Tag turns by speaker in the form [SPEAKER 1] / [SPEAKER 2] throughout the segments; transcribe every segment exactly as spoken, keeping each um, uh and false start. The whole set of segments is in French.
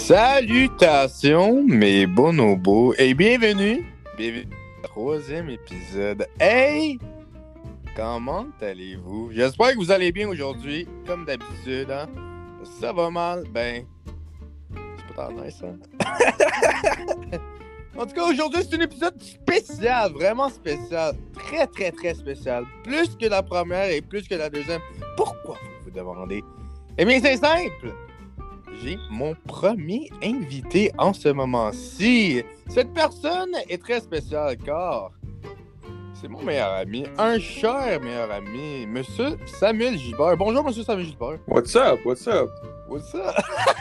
[SPEAKER 1] Salutations, mes bonobos, et bienvenue, bienvenue au troisième épisode. Hey! Comment allez-vous? J'espère que vous allez bien aujourd'hui, comme d'habitude, hein? Ça va mal? Ben, c'est pas tant nice, hein? En tout cas, aujourd'hui, c'est un épisode spécial, vraiment spécial, très, très, très spécial. Plus que la première et plus que la deuxième. Pourquoi vous vous demandez? Eh bien, c'est simple! J'ai mon premier invité en ce moment-ci. Cette personne est très spéciale car c'est mon meilleur ami, un cher meilleur ami, Monsieur Samuel Gilbert. Bonjour, Monsieur Samuel Gilbert.
[SPEAKER 2] What's up? What's up?
[SPEAKER 1] What's up?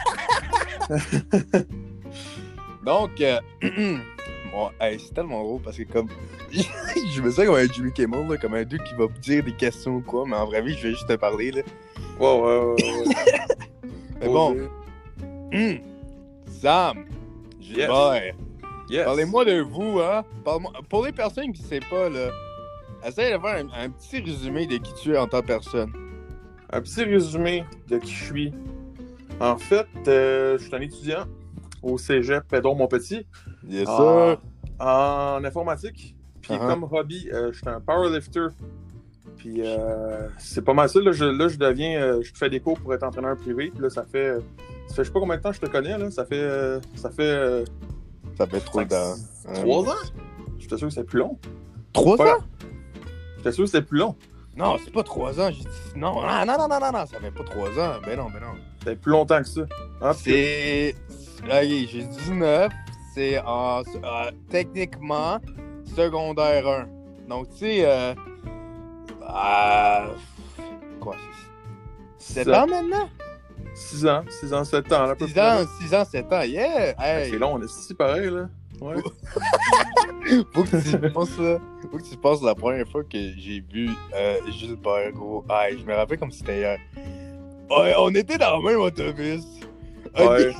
[SPEAKER 1] Donc, euh, bon, hey, c'est tellement drôle parce que comme je me sens comme un Jimmy Kimmel, là, comme un dude qui va me dire des questions ou quoi, mais en vrai vie, je vais juste te parler. Là.
[SPEAKER 2] Ouais, ouais, ouais. ouais.
[SPEAKER 1] Mais bon. Mmh. Sam, Gilbert,
[SPEAKER 2] yes. Yes.
[SPEAKER 1] Parlez-moi de vous, hein? Parle-moi... Pour les personnes qui ne savent pas, là, essaye de faire un, un petit résumé de qui tu es en tant que personne.
[SPEAKER 2] Un petit résumé de qui je suis. En fait, euh, je suis un étudiant au cégep Pedro-Montpetit.
[SPEAKER 1] Yes,
[SPEAKER 2] en,
[SPEAKER 1] sir.
[SPEAKER 2] en informatique. Puis
[SPEAKER 1] Uh-huh.
[SPEAKER 2] comme hobby, euh, je suis un powerlifter. Puis euh, c'est pas mal ça. Là, je, là, je deviens... Euh, je fais des cours pour être entraîneur privé. Puis là, ça fait... Ça fait je sais pas combien de temps je te connais, là. Ça fait... Euh, ça fait... Euh,
[SPEAKER 1] Ça fait trop
[SPEAKER 2] cinq,
[SPEAKER 1] dans...
[SPEAKER 2] Trois ans? J'étais sûr que c'était plus long.
[SPEAKER 1] Trois
[SPEAKER 2] Pas
[SPEAKER 1] ans?
[SPEAKER 2] J'étais sûr que c'était plus long.
[SPEAKER 1] Non, c'est pas trois ans. J'ai dit... Non, non, non, non, non, non, non, ça fait pas trois ans. Ben non, ben non.
[SPEAKER 2] C'était plus longtemps que ça. Ah,
[SPEAKER 1] c'est... Ok, j'ai dix-neuf. C'est en... Euh, techniquement secondaire un. Donc, tu sais... Euh... Euh... Quoi, c'est... sept ans maintenant?
[SPEAKER 2] six ans, six ans, sept ans, là, à peu
[SPEAKER 1] six ans, six ans, sept ans, yeah! Hey.
[SPEAKER 2] C'est long, on est si pareil, là. Ouais.
[SPEAKER 1] Faut que tu penses, là. Faut que tu penses la première fois que j'ai vu euh, Gilbert, gros. Hey, je me rappelle comme si c'était hier. Ouais, on était dans le même autobus. Okay.
[SPEAKER 2] Ouais.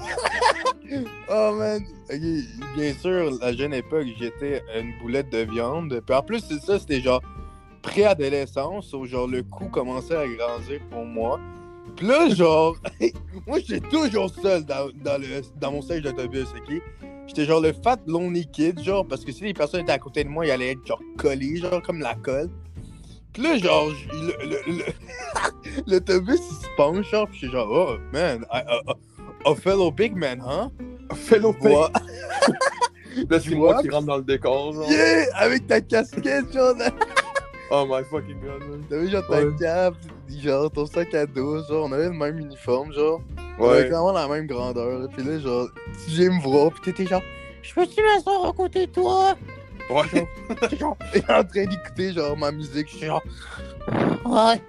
[SPEAKER 1] Oh, man. Okay. Bien sûr, à la jeune époque, j'étais une boulette de viande. Puis en plus, c'est ça, c'était genre préadolescence, où genre le cou commençait à grandir pour moi. Pis là, genre, moi, j'étais toujours seul dans, dans, le, dans mon siège d'autobus, ok? J'étais genre le fat lonely kid, genre, parce que si les personnes étaient à côté de moi, ils allaient être genre collés, genre, comme la colle. Pis là, genre, le, le, le, l'autobus, il se penche, genre, pis j'étais genre, oh, man, I, a, a, a fellow big man, hein?
[SPEAKER 2] A fellow big man. Là, c'est moi
[SPEAKER 1] vois?
[SPEAKER 2] qui rentre dans le décor, genre.
[SPEAKER 1] Yeah! Avec ta casquette, genre,
[SPEAKER 2] Oh my fucking god, man.
[SPEAKER 1] T'avais genre ta
[SPEAKER 2] ouais.
[SPEAKER 1] cape, genre ton sac à dos, genre on avait le même uniforme, genre.
[SPEAKER 2] Ouais.
[SPEAKER 1] On avait clairement la même grandeur, là. Pis là, genre, tu viens me voir, pis t'étais genre, je peux-tu m'asseoir à côté de toi?
[SPEAKER 2] Ouais.
[SPEAKER 1] Genre, genre, t'es en train d'écouter, genre, ma musique, je suis genre, ouais.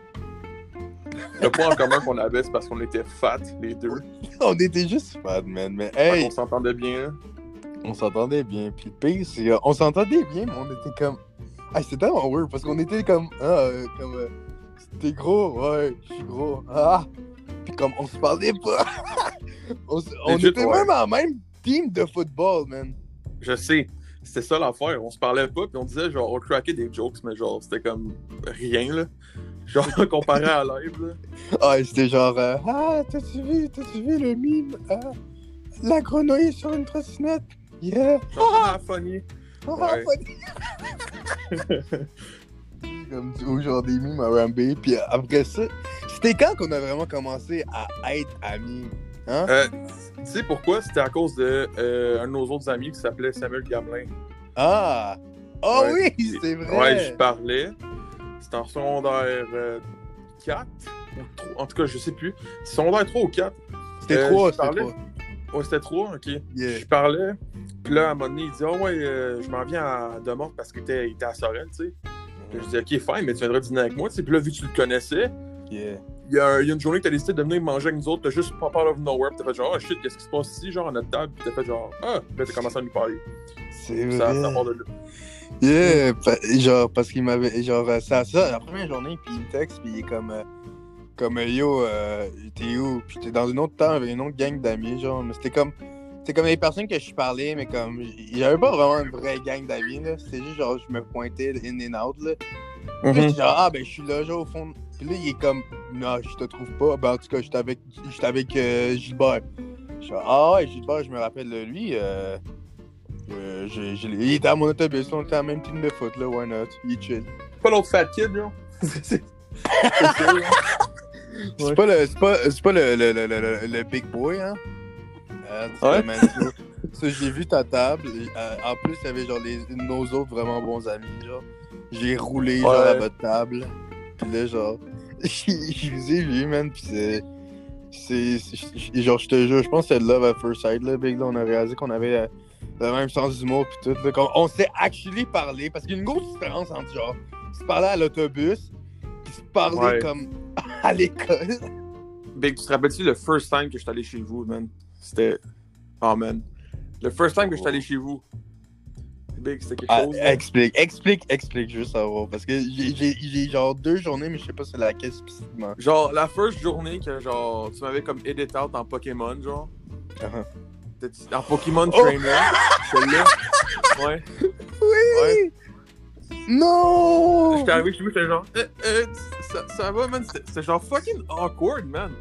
[SPEAKER 2] Le point en commun qu'on avait, c'est parce qu'on était fat, les deux.
[SPEAKER 1] On était juste fat, man, mais
[SPEAKER 2] Hey.
[SPEAKER 1] hey!
[SPEAKER 2] On s'entendait bien, là.
[SPEAKER 1] On s'entendait bien, pis le pire, c'est, on s'entendait bien, mais on était comme. Ah, c'était tellement weird parce qu'on était comme. Ah, euh, comme. Euh, T'es gros, ouais, je suis gros. Ah! Puis comme on se parlait pas. on on
[SPEAKER 2] Legit,
[SPEAKER 1] était
[SPEAKER 2] ouais.
[SPEAKER 1] même en même team de football, man.
[SPEAKER 2] Je sais. C'était ça l'affaire. On se parlait pas, puis on disait, genre, on craquait des jokes, mais genre, c'était comme rien, là. Genre, comparé à live, là.
[SPEAKER 1] Ah, c'était genre. Euh, ah, t'as-tu vu, t'as-tu vu le mime? Ah, la grenouille sur une trottinette? Yeah!
[SPEAKER 2] Genre, ah, funny.
[SPEAKER 1] Ah,
[SPEAKER 2] Ouais.
[SPEAKER 1] funny! Comme du haut, genre des mimes à Rambé. Puis après ça, c'était quand qu'on a vraiment commencé à être amis? Hein?
[SPEAKER 2] Euh, tu sais pourquoi? C'était à cause de euh, un de nos autres amis qui s'appelait Samuel Gamelin.
[SPEAKER 1] Ah! Oh
[SPEAKER 2] Ouais.
[SPEAKER 1] oui, c'est vrai!
[SPEAKER 2] Ouais, je parlais. C'était en secondaire euh, quatre ou trois. En tout cas, je sais plus. Secondaire trois ou quatre.
[SPEAKER 1] C'était
[SPEAKER 2] Euh,
[SPEAKER 1] trois,
[SPEAKER 2] je
[SPEAKER 1] c'était
[SPEAKER 2] parlais-
[SPEAKER 1] trois.
[SPEAKER 2] Ouais, c'était trois, ok.
[SPEAKER 1] Yeah.
[SPEAKER 2] Je parlais. Puis là, à un moment donné, il dit, ah oh, ouais, euh, je m'en viens à Demorte parce qu'il était, il était à Sorel, tu sais. Puis je dis, ok, fine, mais tu viendras dîner avec moi, tu sais. Puis là, vu que tu le connaissais,
[SPEAKER 1] Yeah.
[SPEAKER 2] il y, a un- il y a une journée que t'as décidé de venir manger avec nous autres, t'as juste pop out of nowhere, puis t'as fait genre, oh shit, qu'est-ce qui se passe ici, genre à notre table, puis t'as fait genre, ah, puis là, t'as commencé à nous parler.
[SPEAKER 1] C'est
[SPEAKER 2] Puis ça,
[SPEAKER 1] vrai.
[SPEAKER 2] ça part de là.
[SPEAKER 1] Yeah, pa- genre, parce qu'il m'avait. Genre, euh, c'est ça, la première journée, puis il me texte, puis il est comme. Euh, comme, euh, yo, euh, t'es où? Puis t'es dans une autre temps avec une autre gang d'amis, genre. Mais c'était comme. C'était comme les personnes que je parlais, mais comme. J'avais pas vraiment une vraie gang d'amis, là. C'était juste genre, je me pointais in and out, là. Puis là, j'étais genre, ah, ben, je suis là, genre, au fond. Puis là, il est comme, non, je te trouve pas. Ben, en tout cas, j'étais avec, j'étais avec euh, Gilbert. Je fais, ah ouais, Gilbert, je me rappelle de lui. Euh, euh, j'ai, j'ai, il était à mon autobus, on était à la même team de foot, là, why not? Il est chill.
[SPEAKER 2] Pas l'autre fat kid, genre. c'est c'est ça, là.
[SPEAKER 1] C'est
[SPEAKER 2] Ouais.
[SPEAKER 1] pas le, c'est pas, c'est pas le, le, le, le, le big boy, hein? Euh,
[SPEAKER 2] Ouais.
[SPEAKER 1] man, ça, ça, j'ai vu ta table. Euh, en plus, il y avait genre les, nos autres vraiment bons amis, genre. J'ai roulé, genre,
[SPEAKER 2] Ouais.
[SPEAKER 1] à votre table. Pis là, genre, je vous ai vu, man, pis c'est... C'est, c'est... Genre, je te jure, je pense que c'est Love at First Sight, là, Big, là. On a réalisé qu'on avait euh, le même sens d'humour pis tout, là. On, on s'est actually parlé, parce qu'il y a une grosse différence entre, genre, se parler à l'autobus pis se parler
[SPEAKER 2] Ouais.
[SPEAKER 1] comme à l'école.
[SPEAKER 2] Big, tu te rappelles-tu le first time que je suis allé chez vous, man? C'était... Oh, man. Le first time que je suis allé chez vous. Big, c'était quelque
[SPEAKER 1] Ah,
[SPEAKER 2] chose, là.
[SPEAKER 1] explique, explique, explique, je veux savoir. Parce que j'ai, j'ai, j'ai genre deux journées, mais je sais pas c'est laquelle spécifiquement.
[SPEAKER 2] Genre, la first journée que, genre, tu m'avais comme edit out en Pokémon, genre.
[SPEAKER 1] Uh-huh.
[SPEAKER 2] T'étais- En Pokémon
[SPEAKER 1] Oh!
[SPEAKER 2] Trainer. J'étais là. Ouais.
[SPEAKER 1] Oui!
[SPEAKER 2] Ouais.
[SPEAKER 1] Non!
[SPEAKER 2] J'étais arrivé chez vous, j'étais genre, euh, euh, ça, ça va, man? C'était c'était genre fucking awkward, man.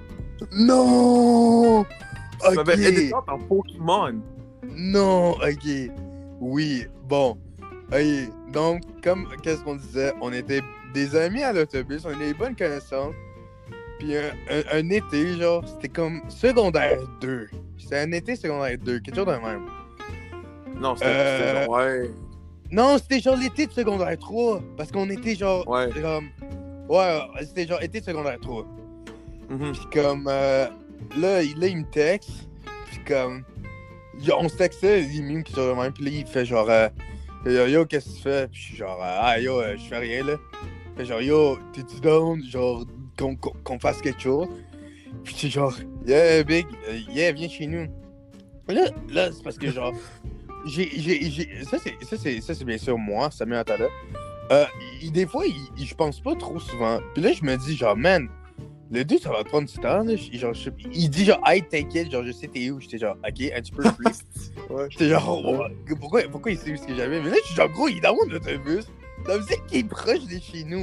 [SPEAKER 1] Non!
[SPEAKER 2] Tu m'avais edit
[SPEAKER 1] Ok.
[SPEAKER 2] out en Pokémon.
[SPEAKER 1] Non, ok. Oui, bon. Ok, donc, comme qu'est-ce qu'on disait, on était des amis à l'autobus, on était des bonnes connaissances. Puis un, un, un été, genre, c'était comme secondaire deux. C'était un été secondaire deux, quelque chose de même.
[SPEAKER 2] Non, c'était
[SPEAKER 1] Euh,
[SPEAKER 2] c'était genre, ouais.
[SPEAKER 1] Non, c'était genre l'été de secondaire trois. Parce qu'on était genre.
[SPEAKER 2] Ouais.
[SPEAKER 1] comme- Ouais, c'était genre été de secondaire trois.
[SPEAKER 2] Mhm.
[SPEAKER 1] Puis comme. euh, là, il, là, il me texte. Puis comme. yo, on se textait, il mime qui sur le même. Puis là, il fait genre. euh, yo, yo, qu'est-ce que tu fais? Puis je suis genre. euh, ah, yo, euh, je fais rien là. Fait genre, yo, t'es-tu down? Genre, qu'on qu'on- qu'on fasse quelque chose. Puis je suis genre. Yeah, big. euh, yeah, viens chez nous. Là, là c'est parce que genre. J'ai, j'ai, j'ai... Ça, c'est, ça, c'est, ça, c'est bien sûr moi, Samuel Atala. Euh, il- des fois, il, il- je pense pas trop souvent. Puis là, je me dis, genre, man, le deux, ça va te prendre du temps. Là. Je- Genre, je- il dit, genre, hey, t'inquiète, genre, je sais t'es où. J'étais genre, ok, un petit peu free.
[SPEAKER 2] Ouais.
[SPEAKER 1] J'étais genre, oh, pourquoi, pourquoi il sait où ce que j'avais? Mais là, je suis genre, gros, il est dans mon autobus. Ça veut dire qu'il est proche de chez nous.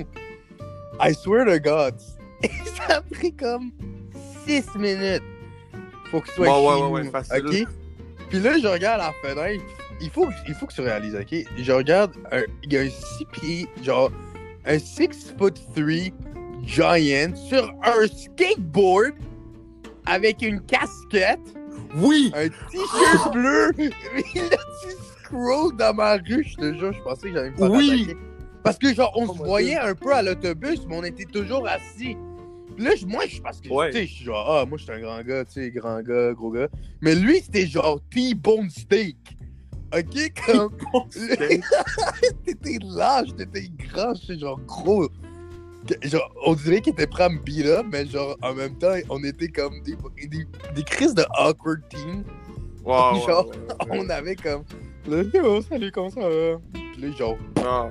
[SPEAKER 1] I swear to God. Et ça a pris comme six minutes. Faut que tu sois
[SPEAKER 2] Ouais,
[SPEAKER 1] chez
[SPEAKER 2] ouais,
[SPEAKER 1] nous.
[SPEAKER 2] ouais, ouais, facile.
[SPEAKER 1] Ok? Puis là, je regarde la fenêtre. Il faut, il faut que tu réalises, ok? Je regarde, un, il y a un six pieds, genre, un six foot three giant sur un skateboard avec une casquette,
[SPEAKER 2] Oui!
[SPEAKER 1] un t-shirt bleu. Il a dit scroll dans ma rue, je te jure, je pensais que j'allais me faire
[SPEAKER 2] Oui!
[SPEAKER 1] attaquer. Parce que, genre, on
[SPEAKER 2] Oh
[SPEAKER 1] se
[SPEAKER 2] my
[SPEAKER 1] voyait
[SPEAKER 2] God.
[SPEAKER 1] un peu à l'autobus, mais on était toujours assis. Puis là, je- moi, je parce que,
[SPEAKER 2] Ouais.
[SPEAKER 1] tu sais, je suis genre, ah, moi, je suis un grand gars, tu sais, grand gars, gros gars. Mais lui, c'était genre T-bone steak. Ok, comme.
[SPEAKER 2] Steak.
[SPEAKER 1] T'étais large, t'étais grand, j'étais genre gros. Que- Genre, on dirait qu'il était prêt à me beat up, mais genre, en même temps, on était comme des, des, des crises de awkward team.
[SPEAKER 2] Ouais, ouais,
[SPEAKER 1] Genre,
[SPEAKER 2] ouais, ouais.
[SPEAKER 1] On avait comme. Là, yo, salut, comment ça va? Puis là, genre,
[SPEAKER 2] Ah.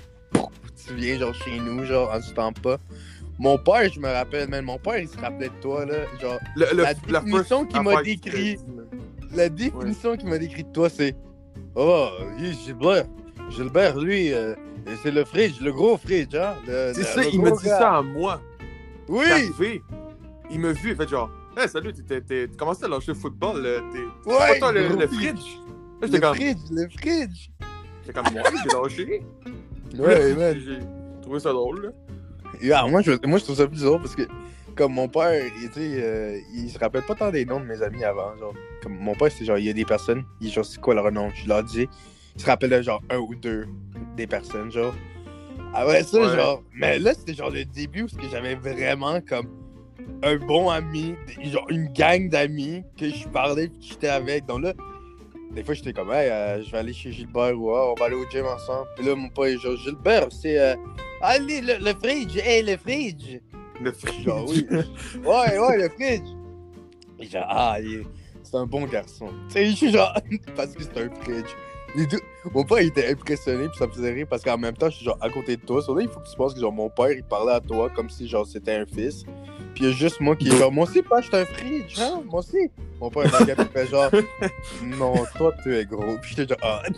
[SPEAKER 1] tu viens genre chez nous, genre, en ce temps pas. Mon père, je me rappelle, man, mon père, il se rappelait de toi, là. Genre,
[SPEAKER 2] Le, le,
[SPEAKER 1] La
[SPEAKER 2] la
[SPEAKER 1] définition
[SPEAKER 2] first
[SPEAKER 1] qu'il m'a
[SPEAKER 2] affaire
[SPEAKER 1] décrit.
[SPEAKER 2] tu t'es dit, man.
[SPEAKER 1] la définition qu'il m'a décrit de toi, c'est. Oh, oui, Gilbert. Gilbert, lui, euh, c'est le fridge, le gros fridge, hein. le-
[SPEAKER 2] C'est
[SPEAKER 1] le-
[SPEAKER 2] ça,
[SPEAKER 1] le
[SPEAKER 2] il m'a
[SPEAKER 1] gros
[SPEAKER 2] dit
[SPEAKER 1] gars.
[SPEAKER 2] ça à moi.
[SPEAKER 1] Oui!
[SPEAKER 2] T'es arrivé, il m'a vu, il fait genre, hey, salut, t'es, t'es, t'es, tu commences à lâcher le football, là, t'es. C'est
[SPEAKER 1] Ouais!
[SPEAKER 2] pas toi le,
[SPEAKER 1] gros
[SPEAKER 2] le
[SPEAKER 1] fridge.
[SPEAKER 2] fridge? Là,
[SPEAKER 1] Le
[SPEAKER 2] j'étais comme,
[SPEAKER 1] fridge, le fridge!
[SPEAKER 2] j'étais comme, moi, j'ai lâché.
[SPEAKER 1] Ouais, man.
[SPEAKER 2] J'ai trouvé ça drôle, là.
[SPEAKER 1] Yeah, moi, je, moi, je trouve ça plus drôle parce que, comme mon père, il, tu sais, euh, il se rappelle pas tant des noms de mes amis avant. Genre, comme mon père, c'est genre, il y a des personnes, il genre, c'est quoi leur nom? Je leur dis, il se rappelle de genre un ou deux des personnes, genre. Ah ouais, ça,
[SPEAKER 2] Ouais.
[SPEAKER 1] genre. Mais là, c'était genre le début où ce que j'avais vraiment comme un bon ami, des- genre une gang d'amis que je parlais et que j'étais avec. Donc là, des fois, j'étais comme, hey, euh, je vais aller chez Gilbert ou ah, on va aller au gym ensemble. Puis là, mon père, est genre, Gilbert, c'est. Euh, allez, le, le fridge, hey, le fridge.
[SPEAKER 2] Le fridge.
[SPEAKER 1] Genre, oui. Ouais, ouais, le fridge. Et genre, ah, il est- c'est un bon garçon. Tu sais, je suis genre, parce que c'est un fridge. Les deux, mon père, il était impressionné, puis ça me faisait rire, parce qu'en même temps, je suis genre à côté de toi. Sur là, il faut que tu penses que genre, mon père, il parlait à toi comme si genre c'était un fils. Puis il y a juste moi qui est genre, moi aussi, pas, je suis un fridge, hein, moi aussi. Mon père, il m'a regardé, il fait genre, non, toi, tu es gros. Puis j'étais genre, ah.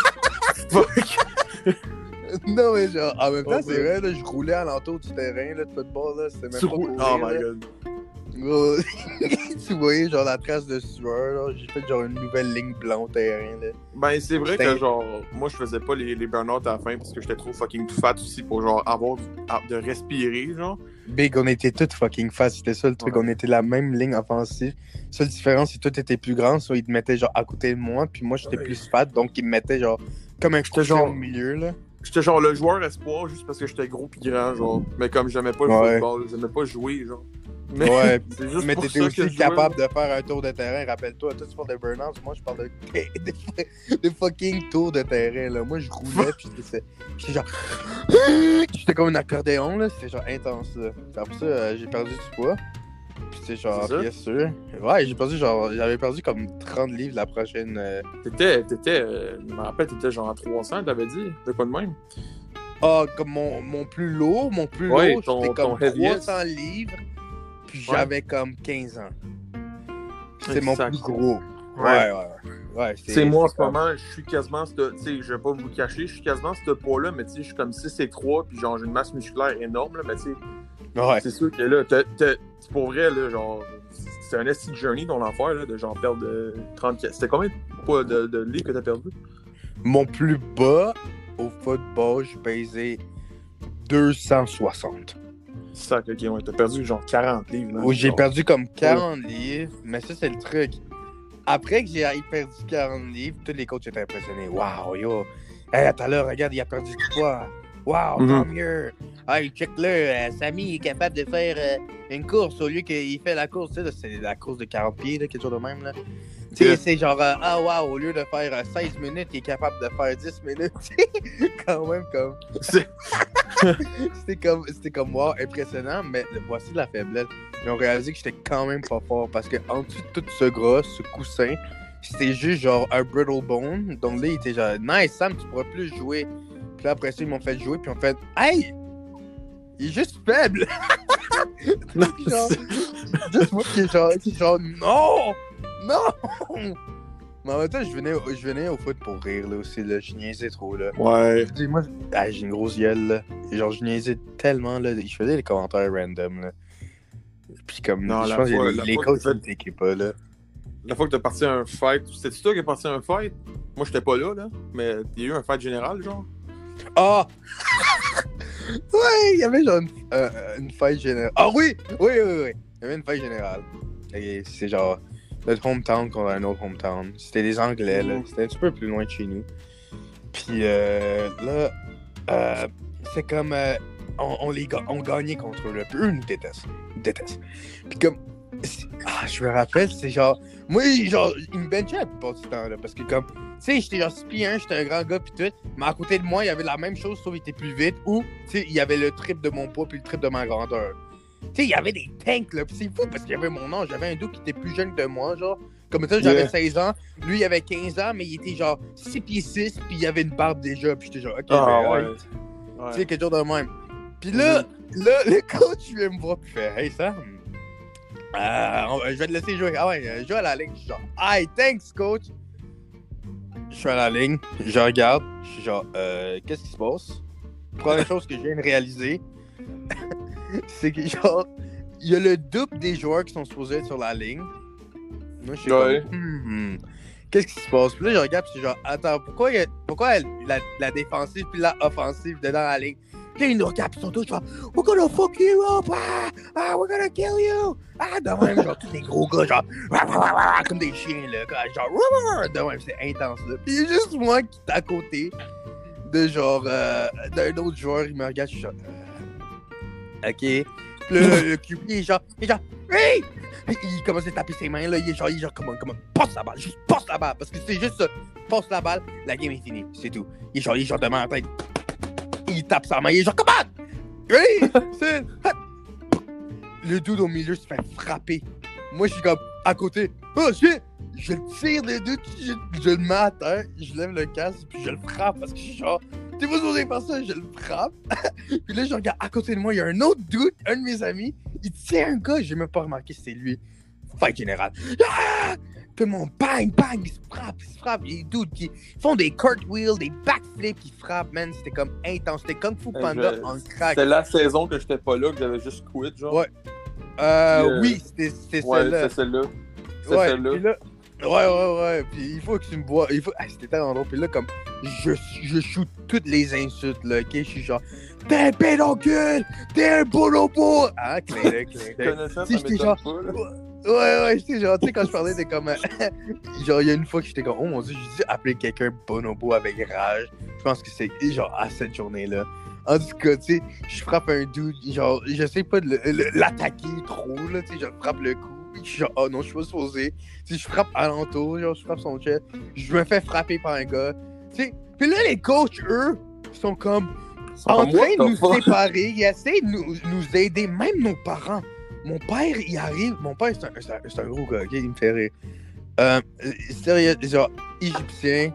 [SPEAKER 1] Non, mais genre, en même temps,
[SPEAKER 2] Oh,
[SPEAKER 1] c'est vrai, là, je roulais alentour du terrain là, de football, là, c'était même
[SPEAKER 2] Tu
[SPEAKER 1] pas
[SPEAKER 2] roules.
[SPEAKER 1] courir,
[SPEAKER 2] Oh my
[SPEAKER 1] là.
[SPEAKER 2] god.
[SPEAKER 1] Gros, tu voyais genre la trace de sueur, là. J'ai fait genre une nouvelle ligne blanc au terrain, là.
[SPEAKER 2] Ben, c'est vrai
[SPEAKER 1] C'était-
[SPEAKER 2] que, genre, moi, je faisais pas les, les burn-out à la fin parce que j'étais trop fucking fat aussi pour, genre, avoir du- de respirer, genre.
[SPEAKER 1] Big, on était tous fucking fat, c'était ça le truc,
[SPEAKER 2] Ouais.
[SPEAKER 1] on était la même ligne offensive. Seule différence, c'est que toi t'étais plus grand, soit ils te mettaient genre à côté de moi, puis moi j'étais
[SPEAKER 2] Ouais.
[SPEAKER 1] plus fat, donc ils me mettaient genre comme un
[SPEAKER 2] J'étais
[SPEAKER 1] coussin
[SPEAKER 2] genre-
[SPEAKER 1] au milieu, là.
[SPEAKER 2] J'étais genre le joueur espoir juste parce que j'étais gros pis grand, genre. Mais comme j'aimais pas le
[SPEAKER 1] Ouais.
[SPEAKER 2] football, j'aimais pas jouer, genre. Mais,
[SPEAKER 1] Ouais,
[SPEAKER 2] c'est juste
[SPEAKER 1] mais
[SPEAKER 2] pour
[SPEAKER 1] t'étais
[SPEAKER 2] ça
[SPEAKER 1] aussi
[SPEAKER 2] que je jouais,
[SPEAKER 1] capable de faire un tour de terrain, rappelle-toi. Toi, tu parles de burn-out, moi je parle de, de, de fucking tour de terrain, là. Moi je roulais, puis j'étais j'étais genre. J'étais comme un accordéon, là. C'était genre intense, là. Puis après ça, euh, j'ai perdu du poids. Puis c'est genre,
[SPEAKER 2] C'est ça?
[SPEAKER 1] bien sûr. Ouais, j'ai perdu genre. J'avais perdu comme trente livres la prochaine. euh,
[SPEAKER 2] T'étais, t'étais, euh, je me rappelle, t'étais genre à trois cents, t'avais dit, de quoi de même?
[SPEAKER 1] Ah, comme mon, mon plus lourd, mon plus
[SPEAKER 2] Ouais,
[SPEAKER 1] lourd,
[SPEAKER 2] ton-
[SPEAKER 1] c'était comme
[SPEAKER 2] ton heaviest.
[SPEAKER 1] trois cents livres. Puis
[SPEAKER 2] Ouais.
[SPEAKER 1] j'avais comme quinze ans. C'est mon
[SPEAKER 2] Exact.
[SPEAKER 1] plus gros.
[SPEAKER 2] Ouais.
[SPEAKER 1] Ouais, ouais. Ouais,
[SPEAKER 2] Tu sais, moi, en ce
[SPEAKER 1] comme-
[SPEAKER 2] moment, je suis quasiment, ce- tu sais, je vais pas vous le cacher, je suis quasiment ce poids-là, mais tu sais, je suis comme six et trois, puis genre, j'ai une masse musculaire énorme, là, mais tu sais,
[SPEAKER 1] Ouais.
[SPEAKER 2] c'est sûr que là, t'as- t'as- c'est pour vrai, là, genre, c'est un esti de journey, ton enfer, là, de genre perdre euh, trente... C'était combien de, poids de, de livres que t'as perdu?
[SPEAKER 1] Mon plus bas au football, je pesais deux cent soixante.
[SPEAKER 2] Sac, ok, ouais, t'as perdu genre quarante livres, là.
[SPEAKER 1] Où j'ai
[SPEAKER 2] Genre,
[SPEAKER 1] perdu comme quarante livres, mais ça, c'est le truc. Après que j'ai perdu quarante livres, tous les coachs étaient impressionnés. Waouh, yo. Hey, tout à l'heure, regarde, il a perdu du poids. Waouh,
[SPEAKER 2] Mhm.
[SPEAKER 1] tant mieux. Hey, check-le. euh, Samy est capable de faire euh, une course au lieu qu'il fait la course. Tu sais, là, c'est la course de quarante pieds, là, quelque chose de même. Là. Tu sais,
[SPEAKER 2] Yeah.
[SPEAKER 1] c'est genre, euh, ah, waouh, au lieu de faire euh, seize minutes, il est capable de faire dix minutes. Quand même, comme.
[SPEAKER 2] c'est-
[SPEAKER 1] C'était comme, c'était comme, wow, impressionnant, mais voici la faiblesse. Ils ont réalisé que j'étais quand même pas fort parce que en dessous de tout ce gras, ce coussin, c'était juste genre un brittle bone. Donc là, il était genre, nice, Sam, tu pourras plus jouer. Puis là, après ça, ils m'ont fait jouer, puis ils m'ont fait, hey, il est juste faible.
[SPEAKER 2] Non,
[SPEAKER 1] genre,
[SPEAKER 2] c'est-
[SPEAKER 1] juste moi qui est genre, qui est genre, non, non. Mais en même temps, je venais, je venais au foot pour rire, là, aussi, là. Je niaisais trop, là.
[SPEAKER 2] Ouais.
[SPEAKER 1] Tu sais, moi, ah, j'ai une grosse gueule, là. Et genre, je niaisais tellement, là. Je faisais des commentaires random, là. Puis comme,
[SPEAKER 2] Non,
[SPEAKER 1] je
[SPEAKER 2] la
[SPEAKER 1] pense que
[SPEAKER 2] fois-
[SPEAKER 1] les,
[SPEAKER 2] la
[SPEAKER 1] les
[SPEAKER 2] fois que
[SPEAKER 1] coachs,
[SPEAKER 2] t'as fait-
[SPEAKER 1] ils t'équipent pas, là.
[SPEAKER 2] La fois que t'es parti à un fight, c'était-tu toi qui es parti à un fight? Moi, j'étais pas là, là, mais il y a eu un fight général, genre?
[SPEAKER 1] Ah! Ouais, il y avait genre une, euh, une faille générale. Ah oui! Oui, oui, oui. Il y avait une faille générale. Et c'est genre notre hometown contre un autre hometown. C'était des Anglais, là. C'était un petit peu plus loin de chez nous. Puis euh, là, euh, c'est comme. euh, on, on, les ga- on gagnait contre eux, là. Puis eux nous détestent. Ils nous détestent. Puis comme. c'est- Ah, je me rappelle, c'est genre. Moi, genre, ils me benchaient la plupart du temps, là. Parce que comme. Tu sais, j'étais genre six pieds un, j'étais un grand gars, pis tout. Mais à côté de moi, il y avait la même chose, sauf qu'il était plus vite. Ou, tu sais, il y avait le triple de mon poids, puis le triple de ma grandeur. Tu sais, il y avait des tanks, là. Pis c'est fou, parce qu'il y avait mon âge. J'avais un dos qui était plus jeune que moi, genre. Comme ça, j'avais
[SPEAKER 2] Yeah.
[SPEAKER 1] seize ans. Lui, il avait quinze ans, mais il était genre six pieds six, puis il avait une barbe déjà. Puis j'étais genre, ok,
[SPEAKER 2] Ah,
[SPEAKER 1] ben,
[SPEAKER 2] ouais.
[SPEAKER 1] hey.
[SPEAKER 2] Ouais.
[SPEAKER 1] Tu sais, quelque chose de même. Puis là, là, le coach vient me voir, puis fait, hey Sam, euh, on- je vais te laisser jouer. Ah ouais, euh, joue à la ligne. Je suis genre, hey, thanks, coach. Je suis à la ligne, je regarde, je suis genre, euh, qu'est-ce qui se passe? Première chose que je viens de réaliser, c'est que genre, il y a le double des joueurs qui sont supposés être sur la ligne. Moi, je suis
[SPEAKER 2] Ouais.
[SPEAKER 1] comme, hmm, qu'est-ce qui se passe? Puis là, je regarde, puis je suis genre, attends, pourquoi, il y a- pourquoi elle- la, la défensive puis la offensive dedans la ligne? Puis là, ils nous regardent, puis ils sont tous genre, we're gonna fuck you up! Ah, ah, we're gonna kill you! Ah, de même, genre, tous les gros gars, genre, wah, wah, wah, wah, comme des chiens, là, quoi, genre, wah, wah, de même, c'est intense, là. Puis il y a juste moi qui est à côté de genre, euh, d'un autre joueur, il me regarde, je suis genre, euh, ok. Puis là, le Q B, il est genre, il est genre, hey! Puis il commence à taper ses mains, là, il est genre, il est genre, comment, comment, passe la balle, juste passe la balle, parce que c'est juste ça, passe la balle, la game est finie, c'est tout. Il est genre, il est genre de main en tête, il tape sa main, il est genre, comment? Hey! C'est... Le dude au milieu se fait frapper. Moi, je suis comme, à côté, oh shit! Je le tire le dude, je, je le mets à terre, je lève le casque, puis je le frappe, parce que je suis genre, t'es pas supposé faire ça, je le frappe. Puis là, je regarde, à côté de moi, il y a un autre dude, un de mes amis, il tient un gars, j'ai même pas remarqué c'était lui. Fight général. Ah! Tout le monde, bang, bang, ils se frappent, ils se frappent. Il y a des dudes qui font des cartwheels, des backflips, qui frappent, man. C'était comme intense. C'était Kung Fu Panda
[SPEAKER 2] Je-
[SPEAKER 1] en crack.
[SPEAKER 2] C'était la saison que j'étais pas là, que j'avais juste quit, genre.
[SPEAKER 1] Ouais. Euh,
[SPEAKER 2] Puis, euh,
[SPEAKER 1] oui, c'était, c'était
[SPEAKER 2] Ouais,
[SPEAKER 1] celle-là.
[SPEAKER 2] c'est celle-là. C'est
[SPEAKER 1] Ouais,
[SPEAKER 2] celle-là.
[SPEAKER 1] puis là, ouais, ouais, ouais. Puis il faut que tu me vois. Il faut... Ah, c'était tellement drôle. Puis là, comme, je, je shoot toutes les insultes, là, ok? Je suis genre, t'es un pédoncule! T'es un bonobo! Ah, clin d'œil, clin d'œil.
[SPEAKER 2] Connaissant,
[SPEAKER 1] Si
[SPEAKER 2] ça
[SPEAKER 1] j'étais
[SPEAKER 2] m'étonne
[SPEAKER 1] genre.
[SPEAKER 2] pas, là.
[SPEAKER 1] Ouais, ouais, j'étais genre, tu sais, quand je parlais de comme. Genre, il y a une fois que j'étais comme, oh mon dieu, j'ai dû appeler quelqu'un bonobo avec rage. Je pense que c'est genre à cette journée-là. En tout cas, tu sais, je frappe un dude, genre, je sais pas de le- le- l'attaquer trop, là, tu sais, je frappe le cou. Je suis genre, oh non, je suis pas supposé. Tu sais, je frappe alentour, genre, je frappe son chest. Je me fais frapper par un gars. Tu sais, puis là, les coachs, eux, sont comme
[SPEAKER 2] Ah,
[SPEAKER 1] en
[SPEAKER 2] moi,
[SPEAKER 1] train de
[SPEAKER 2] t'as
[SPEAKER 1] nous
[SPEAKER 2] pas-
[SPEAKER 1] séparer. Ils essaient de nous, nous aider, même nos parents. Mon père, il arrive. Mon père, c'est un, c'est un, c'est un gros gars, ok? Il me fait rire. Euh, sérieux, genre, égyptien.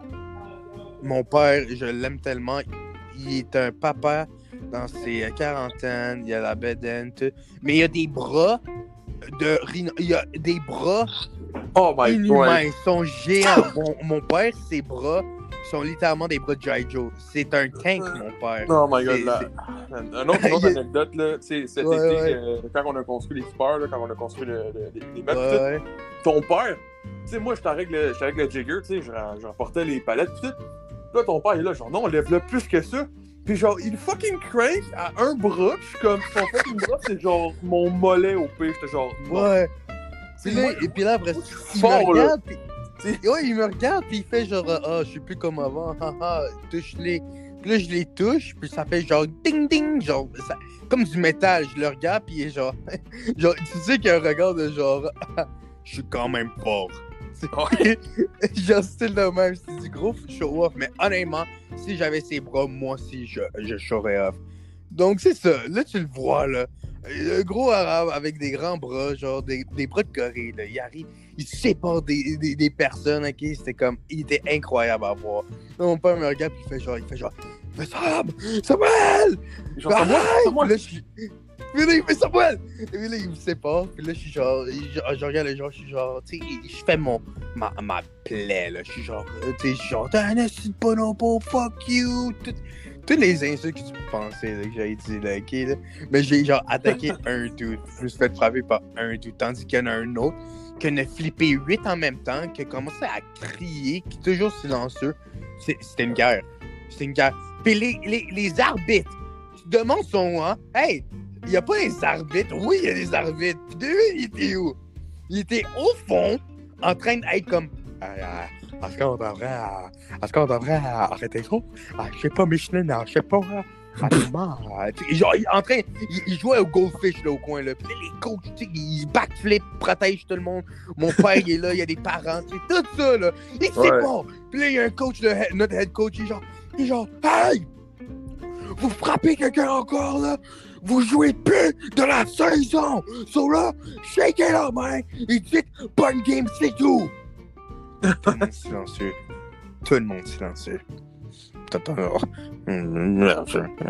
[SPEAKER 1] Mon père, je l'aime tellement. Il est un papa dans ses quarantaines. Il a la bedaine, tout. Mais il a des bras de rhino. Il a des bras
[SPEAKER 2] Oh my
[SPEAKER 1] inhumains.
[SPEAKER 2] god.
[SPEAKER 1] Ils sont géants. Mon, mon père, ses bras sont littéralement des bras de G I. Joe. C'est un tank, mon père.
[SPEAKER 2] Oh my god,
[SPEAKER 1] C'est-
[SPEAKER 2] là.
[SPEAKER 1] c'est-
[SPEAKER 2] Un autre, une autre anecdote, là, tu sais, cet
[SPEAKER 1] Ouais,
[SPEAKER 2] été,
[SPEAKER 1] ouais.
[SPEAKER 2] euh, quand on a construit les spars, là, quand on a construit le, le- les, les meubles,
[SPEAKER 1] Ouais,
[SPEAKER 2] pis
[SPEAKER 1] ouais.
[SPEAKER 2] tout, ton père, tu sais, moi, j'étais avec le, j'étais avec le jigger, tu sais, j'en- j'emportais les palettes, pis tout. Là, ton père, il est là, genre, non, lève-le plus que ça. Pis genre, il fucking crank à un bras, pis je suis comme, son fucking bras, c'est genre mon mollet au pire, j'étais genre, non.
[SPEAKER 1] Ouais.
[SPEAKER 2] C'est
[SPEAKER 1] Puis là,
[SPEAKER 2] moi-
[SPEAKER 1] et puis là, après,
[SPEAKER 2] moi, je suis
[SPEAKER 1] il
[SPEAKER 2] fort,
[SPEAKER 1] me
[SPEAKER 2] là.
[SPEAKER 1] regarde, puis... Ouais, il me regarde, puis il fait genre, ah, je suis plus comme avant, haha, touche-les. Puis là, je les touche, puis ça fait genre ding ding, genre, ça- comme du métal. Je le regarde, puis il est genre, genre, tu sais qu'il y a un regard de genre, je suis quand même fort. C'est- genre, style de même, c'est du gros show-off, mais honnêtement, si j'avais ses bras, moi aussi, je, je showrais off. Donc, c'est ça. Là, tu le vois, là. Le gros arabe avec des grands bras, genre des, des bras de Corée, là. Il arrive, il sépare des, des, des personnes, ok? C'était comme, il était incroyable à voir. Là, mon père me regarde, puis il fait genre, il fait genre, il fait Sam! Samuel!
[SPEAKER 2] Genre, c'est moi, c'est moi.
[SPEAKER 1] Puis là, je suis. Puis là, il fait Samuel! Et puis là, il me sépare, puis là, je suis genre, je, je regarde les gens, je suis genre, tu sais, je fais mon, ma, ma plaie, là. Je suis genre, euh, tu sais, je suis genre, t'es un esti de bonobo, fuck you! Tout, toutes les insultes que tu peux penser, là, que j'ai dit, là, ok, là. Mais j'ai genre attaqué un dude. Je me suis fait frapper par un dude. Tandis qu'il y en a un autre qui en a flippé huit en même temps, qui a commencé à crier, qui est toujours silencieux. C'est- C'était une guerre. C'était une guerre. Puis les, les, les arbitres, tu te demandes son hein? Hey, il n'y a pas des arbitres. Oui, il y a des arbitres. Puis devine, il était où? Il était au fond, en train d'être comme. Ah, ah, Est-ce qu'on devrait, euh, est-ce qu'on devrait euh, arrêter ça? Ah, je sais pas, Michelin, je sais pas. euh, Rapidement. euh, tu sais, genre, il, en train, il, il jouait au goldfish là, au coin. Là. Puis là, les coachs, tu sais, ils backflip, protègent tout le monde. Mon père, il est là, il y a des parents, tu sais, tout ça. Là. Il sait
[SPEAKER 2] Ouais.
[SPEAKER 1] pas. Puis là, il y a un coach, le head- notre head coach, il est genre, il est genre, hey! Vous frappez quelqu'un encore, là? Vous jouez plus de la saison! So là, shakez la main et dites bonne game, c'est tout! Tout le monde silencieux. Tout le monde silencieux. T'entends, oh, il